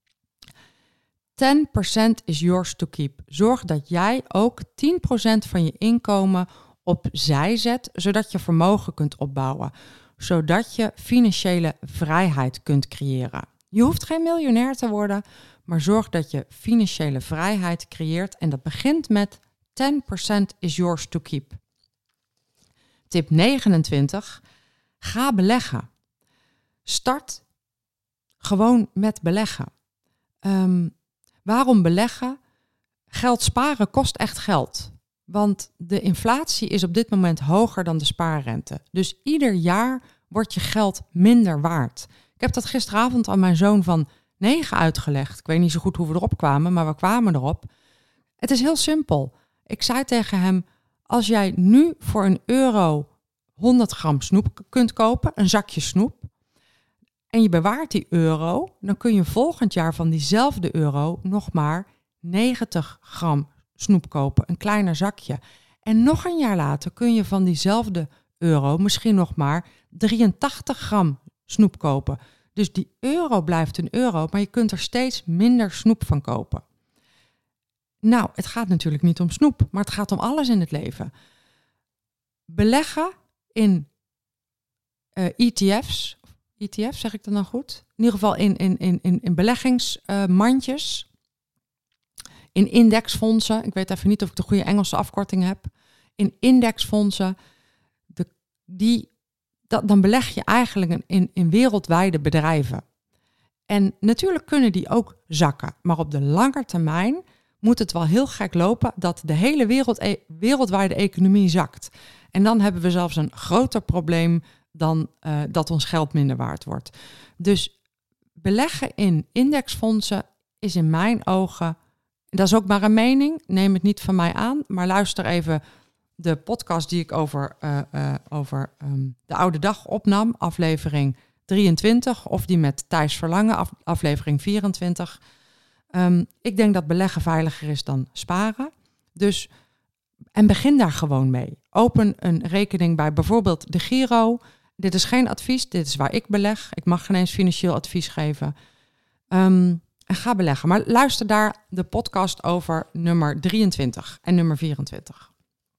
ten percent is yours to keep. Zorg dat jij ook tien procent van je inkomen opzij zet, zodat je vermogen kunt opbouwen, zodat je financiële vrijheid kunt creëren. Je hoeft geen miljonair te worden, maar zorg dat je financiële vrijheid creëert en dat begint met ten percent is yours to keep. Tip negenentwintig. Ga beleggen. Start gewoon met beleggen. Um, waarom beleggen? Geld sparen kost echt geld. Want de inflatie is op dit moment hoger dan de spaarrente. Dus ieder jaar wordt je geld minder waard. Ik heb dat gisteravond aan mijn zoon van negen uitgelegd. Ik weet niet zo goed hoe we erop kwamen, maar we kwamen erop. Het is heel simpel. Ik zei tegen hem, als jij nu voor een euro honderd gram snoep kunt kopen, een zakje snoep, en je bewaart die euro, dan kun je volgend jaar van diezelfde euro nog maar negentig gram snoep kopen, een kleiner zakje. En nog een jaar later kun je van diezelfde euro misschien nog maar drieëntachtig gram snoep kopen. Dus die euro blijft een euro, maar je kunt er steeds minder snoep van kopen. Nou, het gaat natuurlijk niet om snoep, maar het gaat om alles in het leven. Beleggen in uh, E T F's, E T F zeg ik dat nou goed? In ieder geval in, in, in, in, in beleggingsmandjes, uh, in indexfondsen. Ik weet even niet of ik de goede Engelse afkorting heb. In indexfondsen, de, die, dat, dan beleg je eigenlijk in, in wereldwijde bedrijven. En natuurlijk kunnen die ook zakken, maar op de lange termijn moet het wel heel gek lopen dat de hele wereld, e- wereldwijde economie zakt. En dan hebben we zelfs een groter probleem dan uh, dat ons geld minder waard wordt. Dus beleggen in indexfondsen is in mijn ogen, dat is ook maar een mening, neem het niet van mij aan, maar luister even de podcast die ik over, uh, uh, over um, de oude dag opnam, aflevering drieëntwintig, of die met Thijs Verlangen, af, aflevering vierentwintig. Um, ik denk dat beleggen veiliger is dan sparen. Dus, en begin daar gewoon mee. Open een rekening bij bijvoorbeeld de Giro. Dit is geen advies, dit is waar ik beleg. Ik mag geen eens financieel advies geven. Um, en ga beleggen. Maar luister daar de podcast over nummer drieëntwintig en nummer vierentwintig.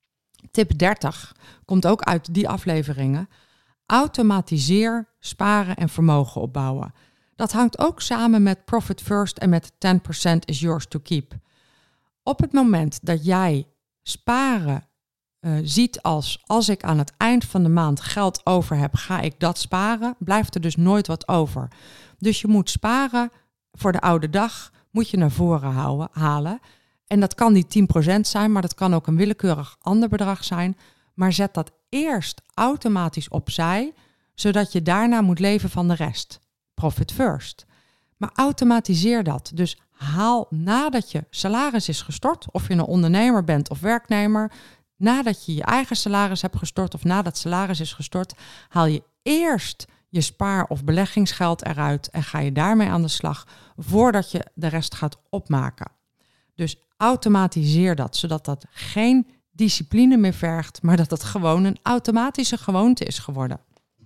Tip dertig komt ook uit die afleveringen. Automatiseer sparen en vermogen opbouwen. Dat hangt ook samen met Profit First en met ten percent is yours to keep. Op het moment dat jij sparen uh, ziet als als ik aan het eind van de maand geld over heb, ga ik dat sparen, blijft er dus nooit wat over. Dus je moet sparen voor de oude dag, moet je naar voren houden, halen. En dat kan die tien procent zijn, maar dat kan ook een willekeurig ander bedrag zijn. Maar zet dat eerst automatisch opzij, zodat je daarna moet leven van de rest. Profit first. Maar automatiseer dat. Dus haal nadat je salaris is gestort, of je een ondernemer bent of werknemer, nadat je je eigen salaris hebt gestort of nadat salaris is gestort, haal je eerst je spaar- of beleggingsgeld eruit en ga je daarmee aan de slag voordat je de rest gaat opmaken. Dus automatiseer dat, zodat dat geen discipline meer vergt, maar dat het gewoon een automatische gewoonte is geworden.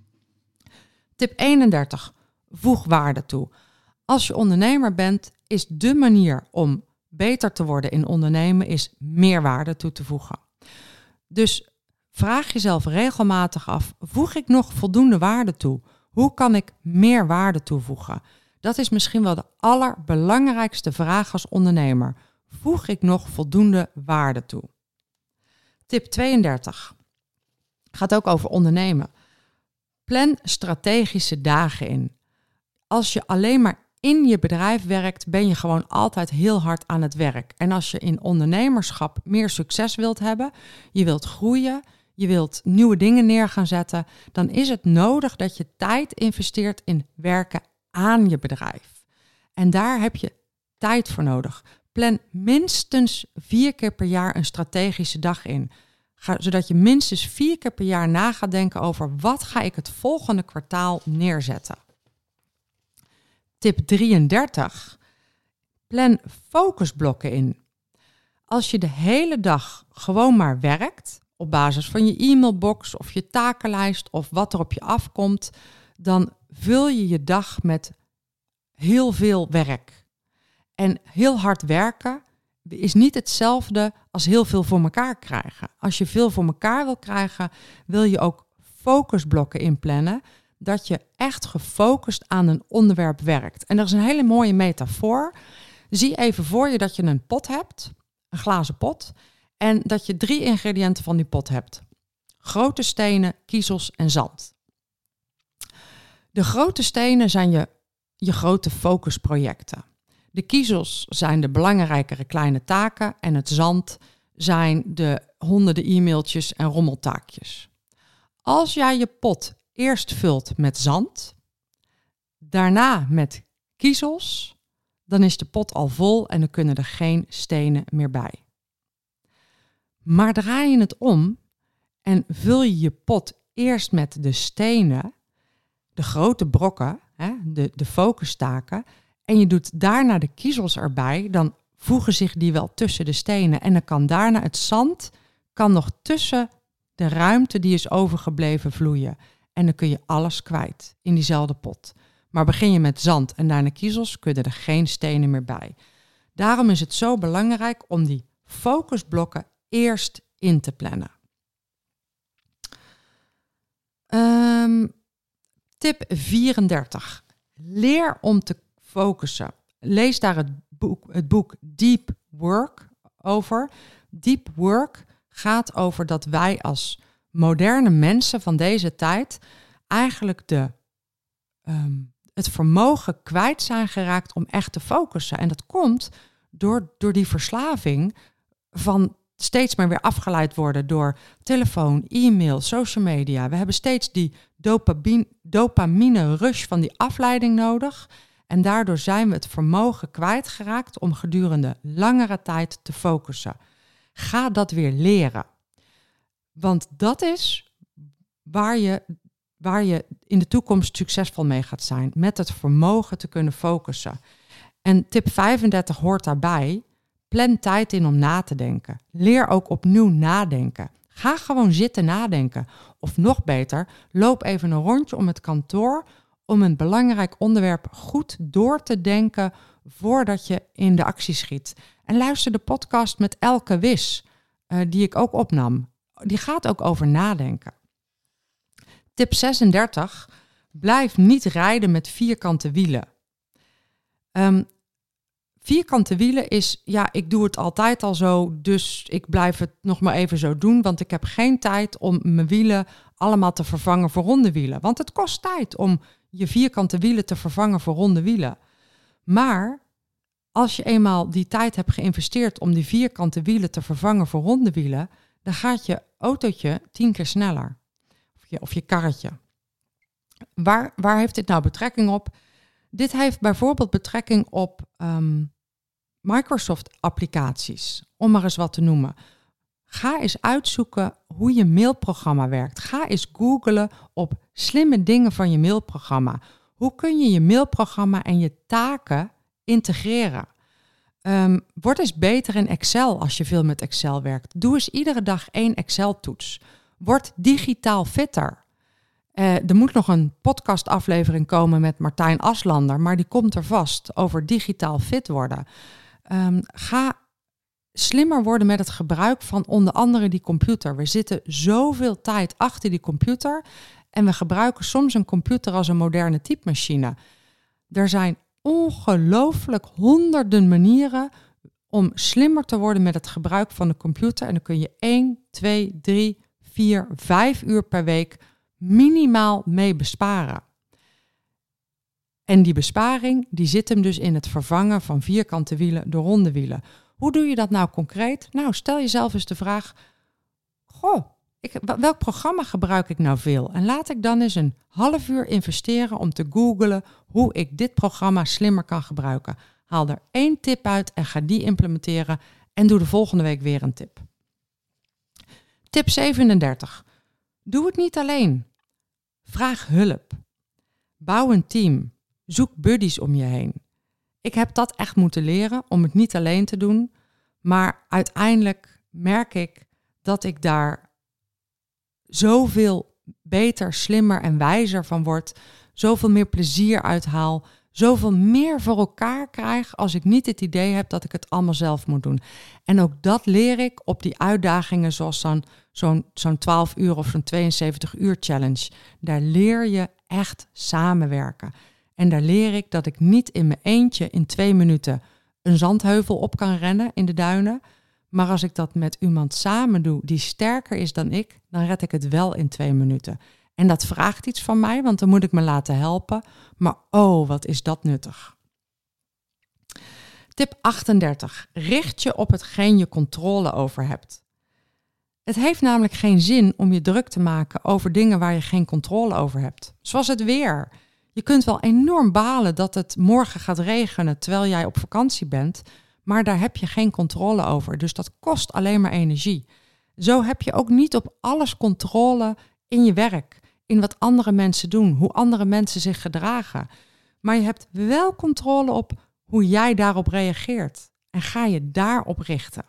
Tip eenendertig. Voeg waarde toe. Als je ondernemer bent, is de manier om beter te worden in ondernemen is meerwaarde toe te voegen. Dus vraag jezelf regelmatig af, voeg ik nog voldoende waarde toe? Hoe kan ik meer waarde toevoegen? Dat is misschien wel de allerbelangrijkste vraag als ondernemer. Voeg ik nog voldoende waarde toe? Tip tweeëndertig. Gaat ook over ondernemen. Plan strategische dagen in. Als je alleen maar in je bedrijf werkt, ben je gewoon altijd heel hard aan het werk. En als je in ondernemerschap meer succes wilt hebben, je wilt groeien, je wilt nieuwe dingen neer gaan zetten, dan is het nodig dat je tijd investeert in werken aan je bedrijf. En daar heb je tijd voor nodig. Plan minstens vier keer per jaar een strategische dag in. Ga, zodat je minstens vier keer per jaar na gaat denken over wat ga ik het volgende kwartaal neerzetten. Tip drieëndertig. Plan focusblokken in. Als je de hele dag gewoon maar werkt, op basis van je e-mailbox of je takenlijst of wat er op je afkomt, dan vul je je dag met heel veel werk. En heel hard werken is niet hetzelfde als heel veel voor elkaar krijgen. Als je veel voor elkaar wil krijgen, wil je ook focusblokken inplannen, dat je echt gefocust aan een onderwerp werkt. En er is een hele mooie metafoor. Zie even voor je dat je een pot hebt, een glazen pot, en dat je drie ingrediënten van die pot hebt. Grote stenen, kiezels en zand. De grote stenen zijn je, je grote focusprojecten. De kiezels zijn de belangrijkere kleine taken en het zand zijn de honderden e-mailtjes en rommeltaakjes. Als jij je pot eerst vult met zand, daarna met kiezels, dan is de pot al vol en dan kunnen er geen stenen meer bij. Maar draai je het om en vul je je pot eerst met de stenen, de grote brokken, hè, de, de focustaken, en je doet daarna de kiezels erbij, dan voegen zich die wel tussen de stenen. En dan kan daarna het zand kan nog tussen de ruimte die is overgebleven vloeien. En dan kun je alles kwijt in diezelfde pot. Maar begin je met zand en daarna kiezels, kunnen er geen stenen meer bij. Daarom is het zo belangrijk om die focusblokken eerst in te plannen. Um, tip vierendertig. Leer om te focussen. Lees daar het boek, het boek Deep Work over. Deep Work gaat over dat wij als moderne mensen van deze tijd eigenlijk de, um, het vermogen kwijt zijn geraakt om echt te focussen. En dat komt door, door die verslaving van steeds maar weer afgeleid worden door telefoon, e-mail, social media. We hebben steeds die dopamine, dopamine rush van die afleiding nodig. En daardoor zijn we het vermogen kwijtgeraakt om gedurende langere tijd te focussen. Ga dat weer leren. Want dat is waar je, waar je in de toekomst succesvol mee gaat zijn. Met het vermogen te kunnen focussen. En tip vijfendertig hoort daarbij. Plan tijd in om na te denken. Leer ook opnieuw nadenken. Ga gewoon zitten nadenken. Of nog beter, loop even een rondje om het kantoor om een belangrijk onderwerp goed door te denken voordat je in de actie schiet. En luister de podcast met Elke Wis, uh, die ik ook opnam. Die gaat ook over nadenken. Tip zesendertig. Blijf niet rijden met vierkante wielen. Um, Vierkante wielen is, ja, ik doe het altijd al zo, dus ik blijf het nog maar even zo doen, want ik heb geen tijd om mijn wielen allemaal te vervangen voor ronde wielen. Want het kost tijd om je vierkante wielen te vervangen voor ronde wielen. Maar als je eenmaal die tijd hebt geïnvesteerd om die vierkante wielen te vervangen voor ronde wielen, dan gaat je autootje tien keer sneller. Of je, of je karretje. Waar, waar heeft dit nou betrekking op? Dit heeft bijvoorbeeld betrekking op um, Microsoft-applicaties, om maar eens wat te noemen. Ga eens uitzoeken hoe je mailprogramma werkt. Ga eens googlen op slimme dingen van je mailprogramma. Hoe kun je je mailprogramma en je taken integreren? Um, word eens beter in Excel als je veel met Excel werkt. Doe eens iedere dag één Excel-toets. Word digitaal fitter. Uh, er moet nog een podcastaflevering komen met Martijn Aslander, maar die komt er vast over digitaal fit worden. Um, ga slimmer worden met het gebruik van onder andere die computer. We zitten zoveel tijd achter die computer en we gebruiken soms een computer als een moderne typemachine. Er zijn ongelooflijk honderden manieren om slimmer te worden met het gebruik van de computer. En dan kun je één, twee, drie, vier, vijf uur per week minimaal mee besparen. En die besparing die zit hem dus in het vervangen van vierkante wielen door ronde wielen. Hoe doe je dat nou concreet? Nou, stel jezelf eens de vraag, goh, ik, welk programma gebruik ik nou veel? En laat ik dan eens een half uur investeren om te googlen hoe ik dit programma slimmer kan gebruiken. Haal er één tip uit en ga die implementeren en doe de volgende week weer een tip. Tip zevenendertig. Doe het niet alleen. Vraag hulp. Bouw een team. Zoek buddies om je heen. Ik heb dat echt moeten leren om het niet alleen te doen. Maar uiteindelijk merk ik dat ik daar zoveel beter, slimmer en wijzer van word. Zoveel meer plezier uithaal. Zoveel meer voor elkaar krijg als ik niet het idee heb dat ik het allemaal zelf moet doen. En ook dat leer ik op die uitdagingen zoals zo'n, zo'n, zo'n twaalf uur of zo'n tweeënzeventig uur challenge. Daar leer je echt samenwerken. En daar leer ik dat ik niet in mijn eentje in twee minuten een zandheuvel op kan rennen in de duinen. Maar als ik dat met iemand samen doe die sterker is dan ik, dan red ik het wel in twee minuten. En dat vraagt iets van mij, want dan moet ik me laten helpen. Maar oh, wat is dat nuttig. Tip achtendertig. Richt je op hetgeen je controle over hebt. Het heeft namelijk geen zin om je druk te maken over dingen waar je geen controle over hebt. Zoals het weer. Je kunt wel enorm balen dat het morgen gaat regenen terwijl jij op vakantie bent, maar daar heb je geen controle over. Dus dat kost alleen maar energie. Zo heb je ook niet op alles controle in je werk, in wat andere mensen doen, hoe andere mensen zich gedragen. Maar je hebt wel controle op hoe jij daarop reageert en ga je daarop richten.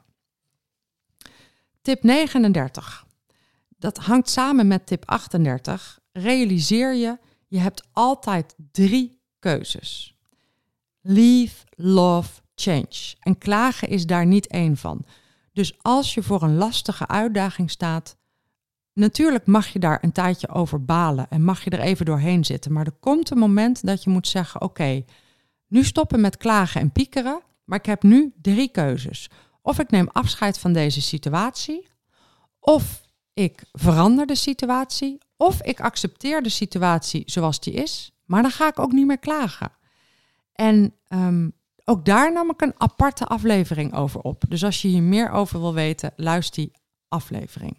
Tip negenendertig. Dat hangt samen met tip achtendertig. Realiseer je, je hebt altijd drie keuzes. Leave, love, change. En klagen is daar niet één van. Dus als je voor een lastige uitdaging staat, natuurlijk mag je daar een tijdje over balen en mag je er even doorheen zitten. Maar er komt een moment dat je moet zeggen, oké, okay, nu stoppen met klagen en piekeren, maar ik heb nu drie keuzes. Of ik neem afscheid van deze situatie, of ik verander de situatie, of ik accepteer de situatie zoals die is, maar dan ga ik ook niet meer klagen. En um, ook daar nam ik een aparte aflevering over op. Dus als je hier meer over wil weten, luister die aflevering.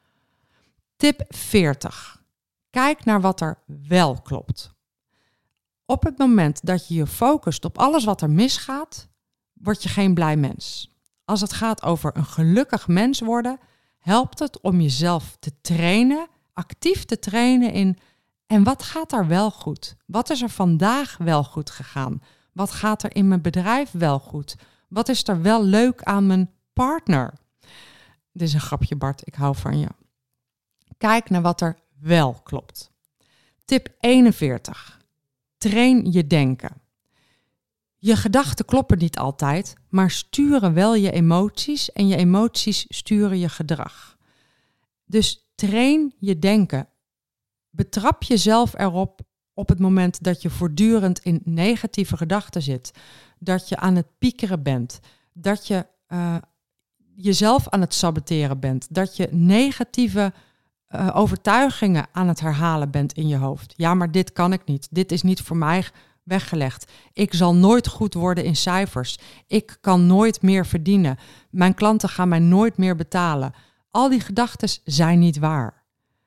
Tip veertig. Kijk naar wat er wel klopt. Op het moment dat je je focust op alles wat er misgaat, word je geen blij mens. Als het gaat over een gelukkig mens worden, helpt het om jezelf te trainen, actief te trainen in en wat gaat er wel goed? Wat is er vandaag wel goed gegaan? Wat gaat er in mijn bedrijf wel goed? Wat is er wel leuk aan mijn partner? Dit is een grapje, Bart, ik hou van je. Kijk naar wat er wel klopt. Tip eenenveertig. Train je denken. Je gedachten kloppen niet altijd, maar sturen wel je emoties en je emoties sturen je gedrag. Dus train je denken. Betrap jezelf erop op het moment dat je voortdurend in negatieve gedachten zit. Dat je aan het piekeren bent. Dat je uh, jezelf aan het saboteren bent. Dat je negatieve uh, overtuigingen aan het herhalen bent in je hoofd. Ja, maar dit kan ik niet. Dit is niet voor mij weggelegd. Ik zal nooit goed worden in cijfers. Ik kan nooit meer verdienen. Mijn klanten gaan mij nooit meer betalen. Al die gedachten zijn niet waar.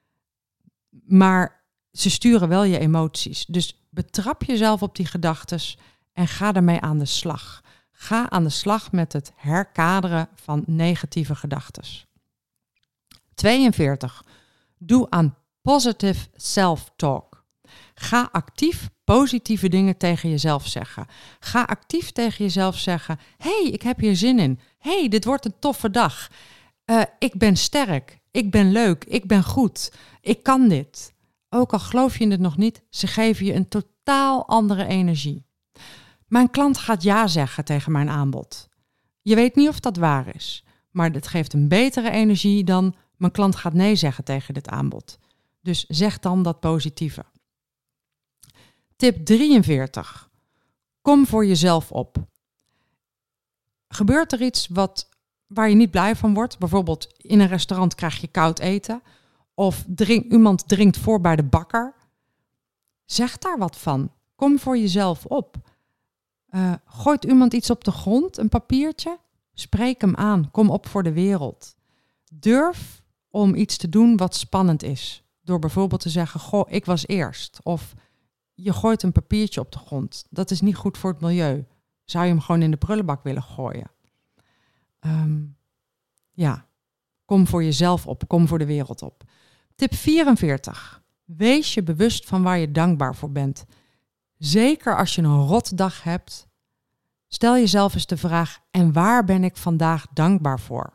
Maar ze sturen wel je emoties. Dus betrap jezelf op die gedachten en ga ermee aan de slag. Ga aan de slag met het herkaderen van negatieve gedachten. tweeënveertig. Doe aan positive self-talk. Ga actief positieve dingen tegen jezelf zeggen. Ga actief tegen jezelf zeggen, hey, ik heb hier zin in. hey, dit wordt een toffe dag. Uh, ik ben sterk. Ik ben leuk. Ik ben goed. Ik kan dit. Ook al geloof je het nog niet, ze geven je een totaal andere energie. Mijn klant gaat ja zeggen tegen mijn aanbod. Je weet niet of dat waar is, maar het geeft een betere energie dan mijn klant gaat nee zeggen tegen dit aanbod. Dus zeg dan dat positieve. Tip drieënveertig. Kom voor jezelf op. Gebeurt er iets wat, waar je niet blij van wordt? Bijvoorbeeld in een restaurant krijg je koud eten. Of drink, iemand drinkt voor bij de bakker. Zeg daar wat van. Kom voor jezelf op. Uh, gooit iemand iets op de grond, een papiertje? Spreek hem aan. Kom op voor de wereld. Durf om iets te doen wat spannend is. Door bijvoorbeeld te zeggen, goh, ik was eerst. Of je gooit een papiertje op de grond. Dat is niet goed voor het milieu. zou je hem gewoon in de prullenbak willen gooien. Um, ja, kom voor jezelf op, kom voor de wereld op. Tip vierenveertig. Wees je bewust van waar je dankbaar voor bent. Zeker als je een rotdag hebt, stel jezelf eens de vraag, en waar ben ik vandaag dankbaar voor?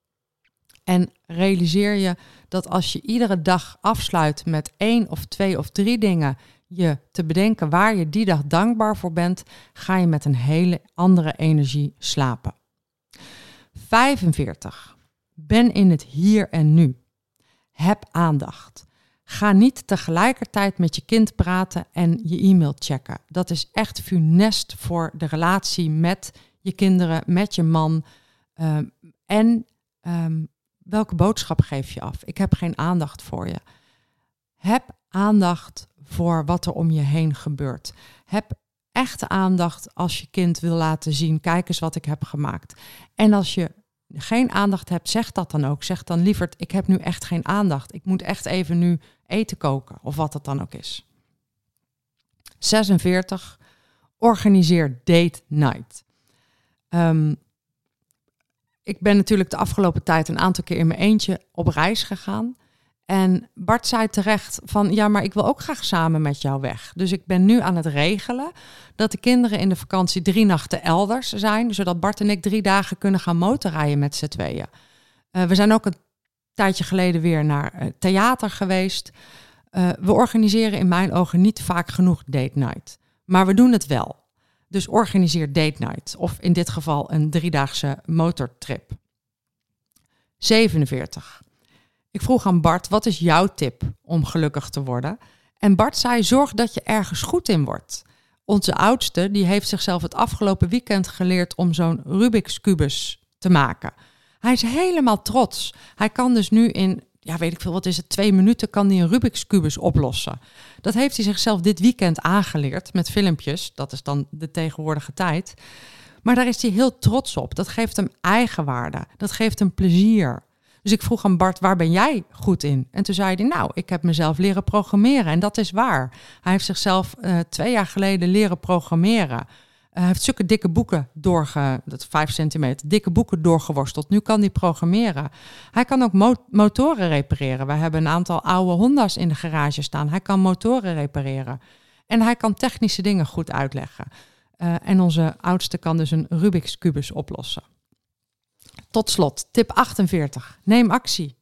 En realiseer je dat als je iedere dag afsluit met één of twee of drie dingen je te bedenken waar je die dag dankbaar voor bent, ga je met een hele andere energie slapen. vijfenveertig. Ben in het hier en nu. Heb aandacht. Ga niet tegelijkertijd met je kind praten en je e-mail checken. Dat is echt funest voor de relatie met je kinderen, met je man. Uh, en um, welke boodschap geef je af? Ik heb geen aandacht voor je. Heb aandacht voor wat er om je heen gebeurt. Heb echte aandacht als je kind wil laten zien, kijk eens wat ik heb gemaakt. En als je geen aandacht hebt, zeg dat dan ook. Zeg dan lieverd, ik heb nu echt geen aandacht. Ik moet echt even nu eten koken, of wat het dan ook is. zesenveertig. Organiseer date night. Um, ik ben natuurlijk de afgelopen tijd een aantal keer in mijn eentje op reis gegaan. En Bart zei terecht van, ja, maar ik wil ook graag samen met jou weg. Dus ik ben nu aan het regelen dat de kinderen in de vakantie drie nachten elders zijn, zodat Bart en ik drie dagen kunnen gaan motorrijden met z'n tweeën. Uh, we zijn ook een tijdje geleden weer naar uh, theater geweest. Uh, we organiseren in mijn ogen niet vaak genoeg date night. Maar we doen het wel. Dus organiseer date night. Of in dit geval een driedaagse motortrip. zevenenveertig. Ik vroeg aan Bart, wat is jouw tip om gelukkig te worden? En Bart zei, zorg dat je ergens goed in wordt. Onze oudste, die heeft zichzelf het afgelopen weekend geleerd om zo'n Rubik's kubus te maken. Hij is helemaal trots. Hij kan dus nu in, ja weet ik veel, wat is het, twee minuten kan hij een Rubik's kubus oplossen. Dat heeft hij zichzelf dit weekend aangeleerd met filmpjes. Dat is dan de tegenwoordige tijd. Maar daar is hij heel trots op. Dat geeft hem eigenwaarde. Dat geeft hem plezier. Dus ik vroeg aan Bart, waar ben jij goed in? En toen zei hij, nou, ik heb mezelf leren programmeren. En dat is waar. Hij heeft zichzelf uh, twee jaar geleden leren programmeren. Uh, hij heeft zulke dikke boeken doorge... dat vijf centimeter, dikke boeken doorgeworsteld. Nu kan hij programmeren. Hij kan ook mo- motoren repareren. We hebben een aantal oude Honda's in de garage staan. Hij kan motoren repareren. En hij kan technische dingen goed uitleggen. Uh, en onze oudste kan dus een Rubik's kubus oplossen. Tot slot, tip achtenveertig. Neem actie.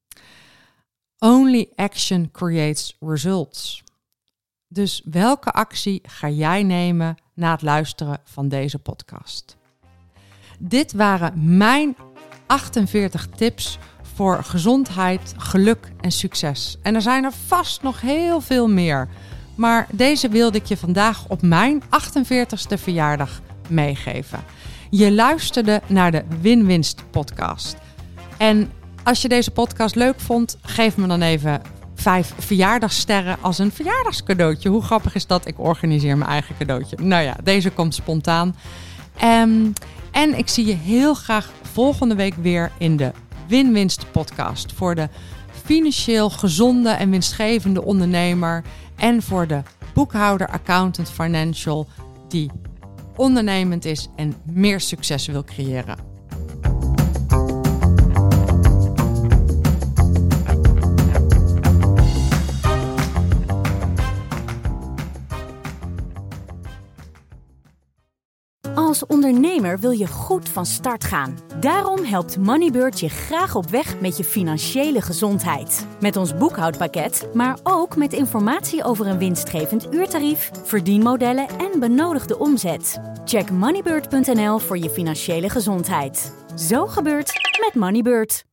Only action creates results. Dus welke actie ga jij nemen na het luisteren van deze podcast? Dit waren mijn achtenveertig tips voor gezondheid, geluk en succes. En er zijn er vast nog heel veel meer. Maar deze wilde ik je vandaag op mijn achtenveertigste verjaardag meegeven. Je luisterde naar de Win-Winst podcast. En als je deze podcast leuk vond, geef me dan even vijf verjaardagssterren als een verjaardagscadeautje. Hoe grappig is dat? Ik organiseer mijn eigen cadeautje. Nou ja, deze komt spontaan. Um, en ik zie je heel graag volgende week weer in de Win-Winst podcast. Voor de financieel gezonde en winstgevende ondernemer. En voor de boekhouder, accountant, financial die ondernemend is en meer succes wil creëren. Als ondernemer wil je goed van start gaan. Daarom helpt Moneybird je graag op weg met je financiële gezondheid. Met ons boekhoudpakket, maar ook met informatie over een winstgevend uurtarief, verdienmodellen en benodigde omzet. Check moneybird punt n l voor je financiële gezondheid. Zo gebeurt met Moneybird.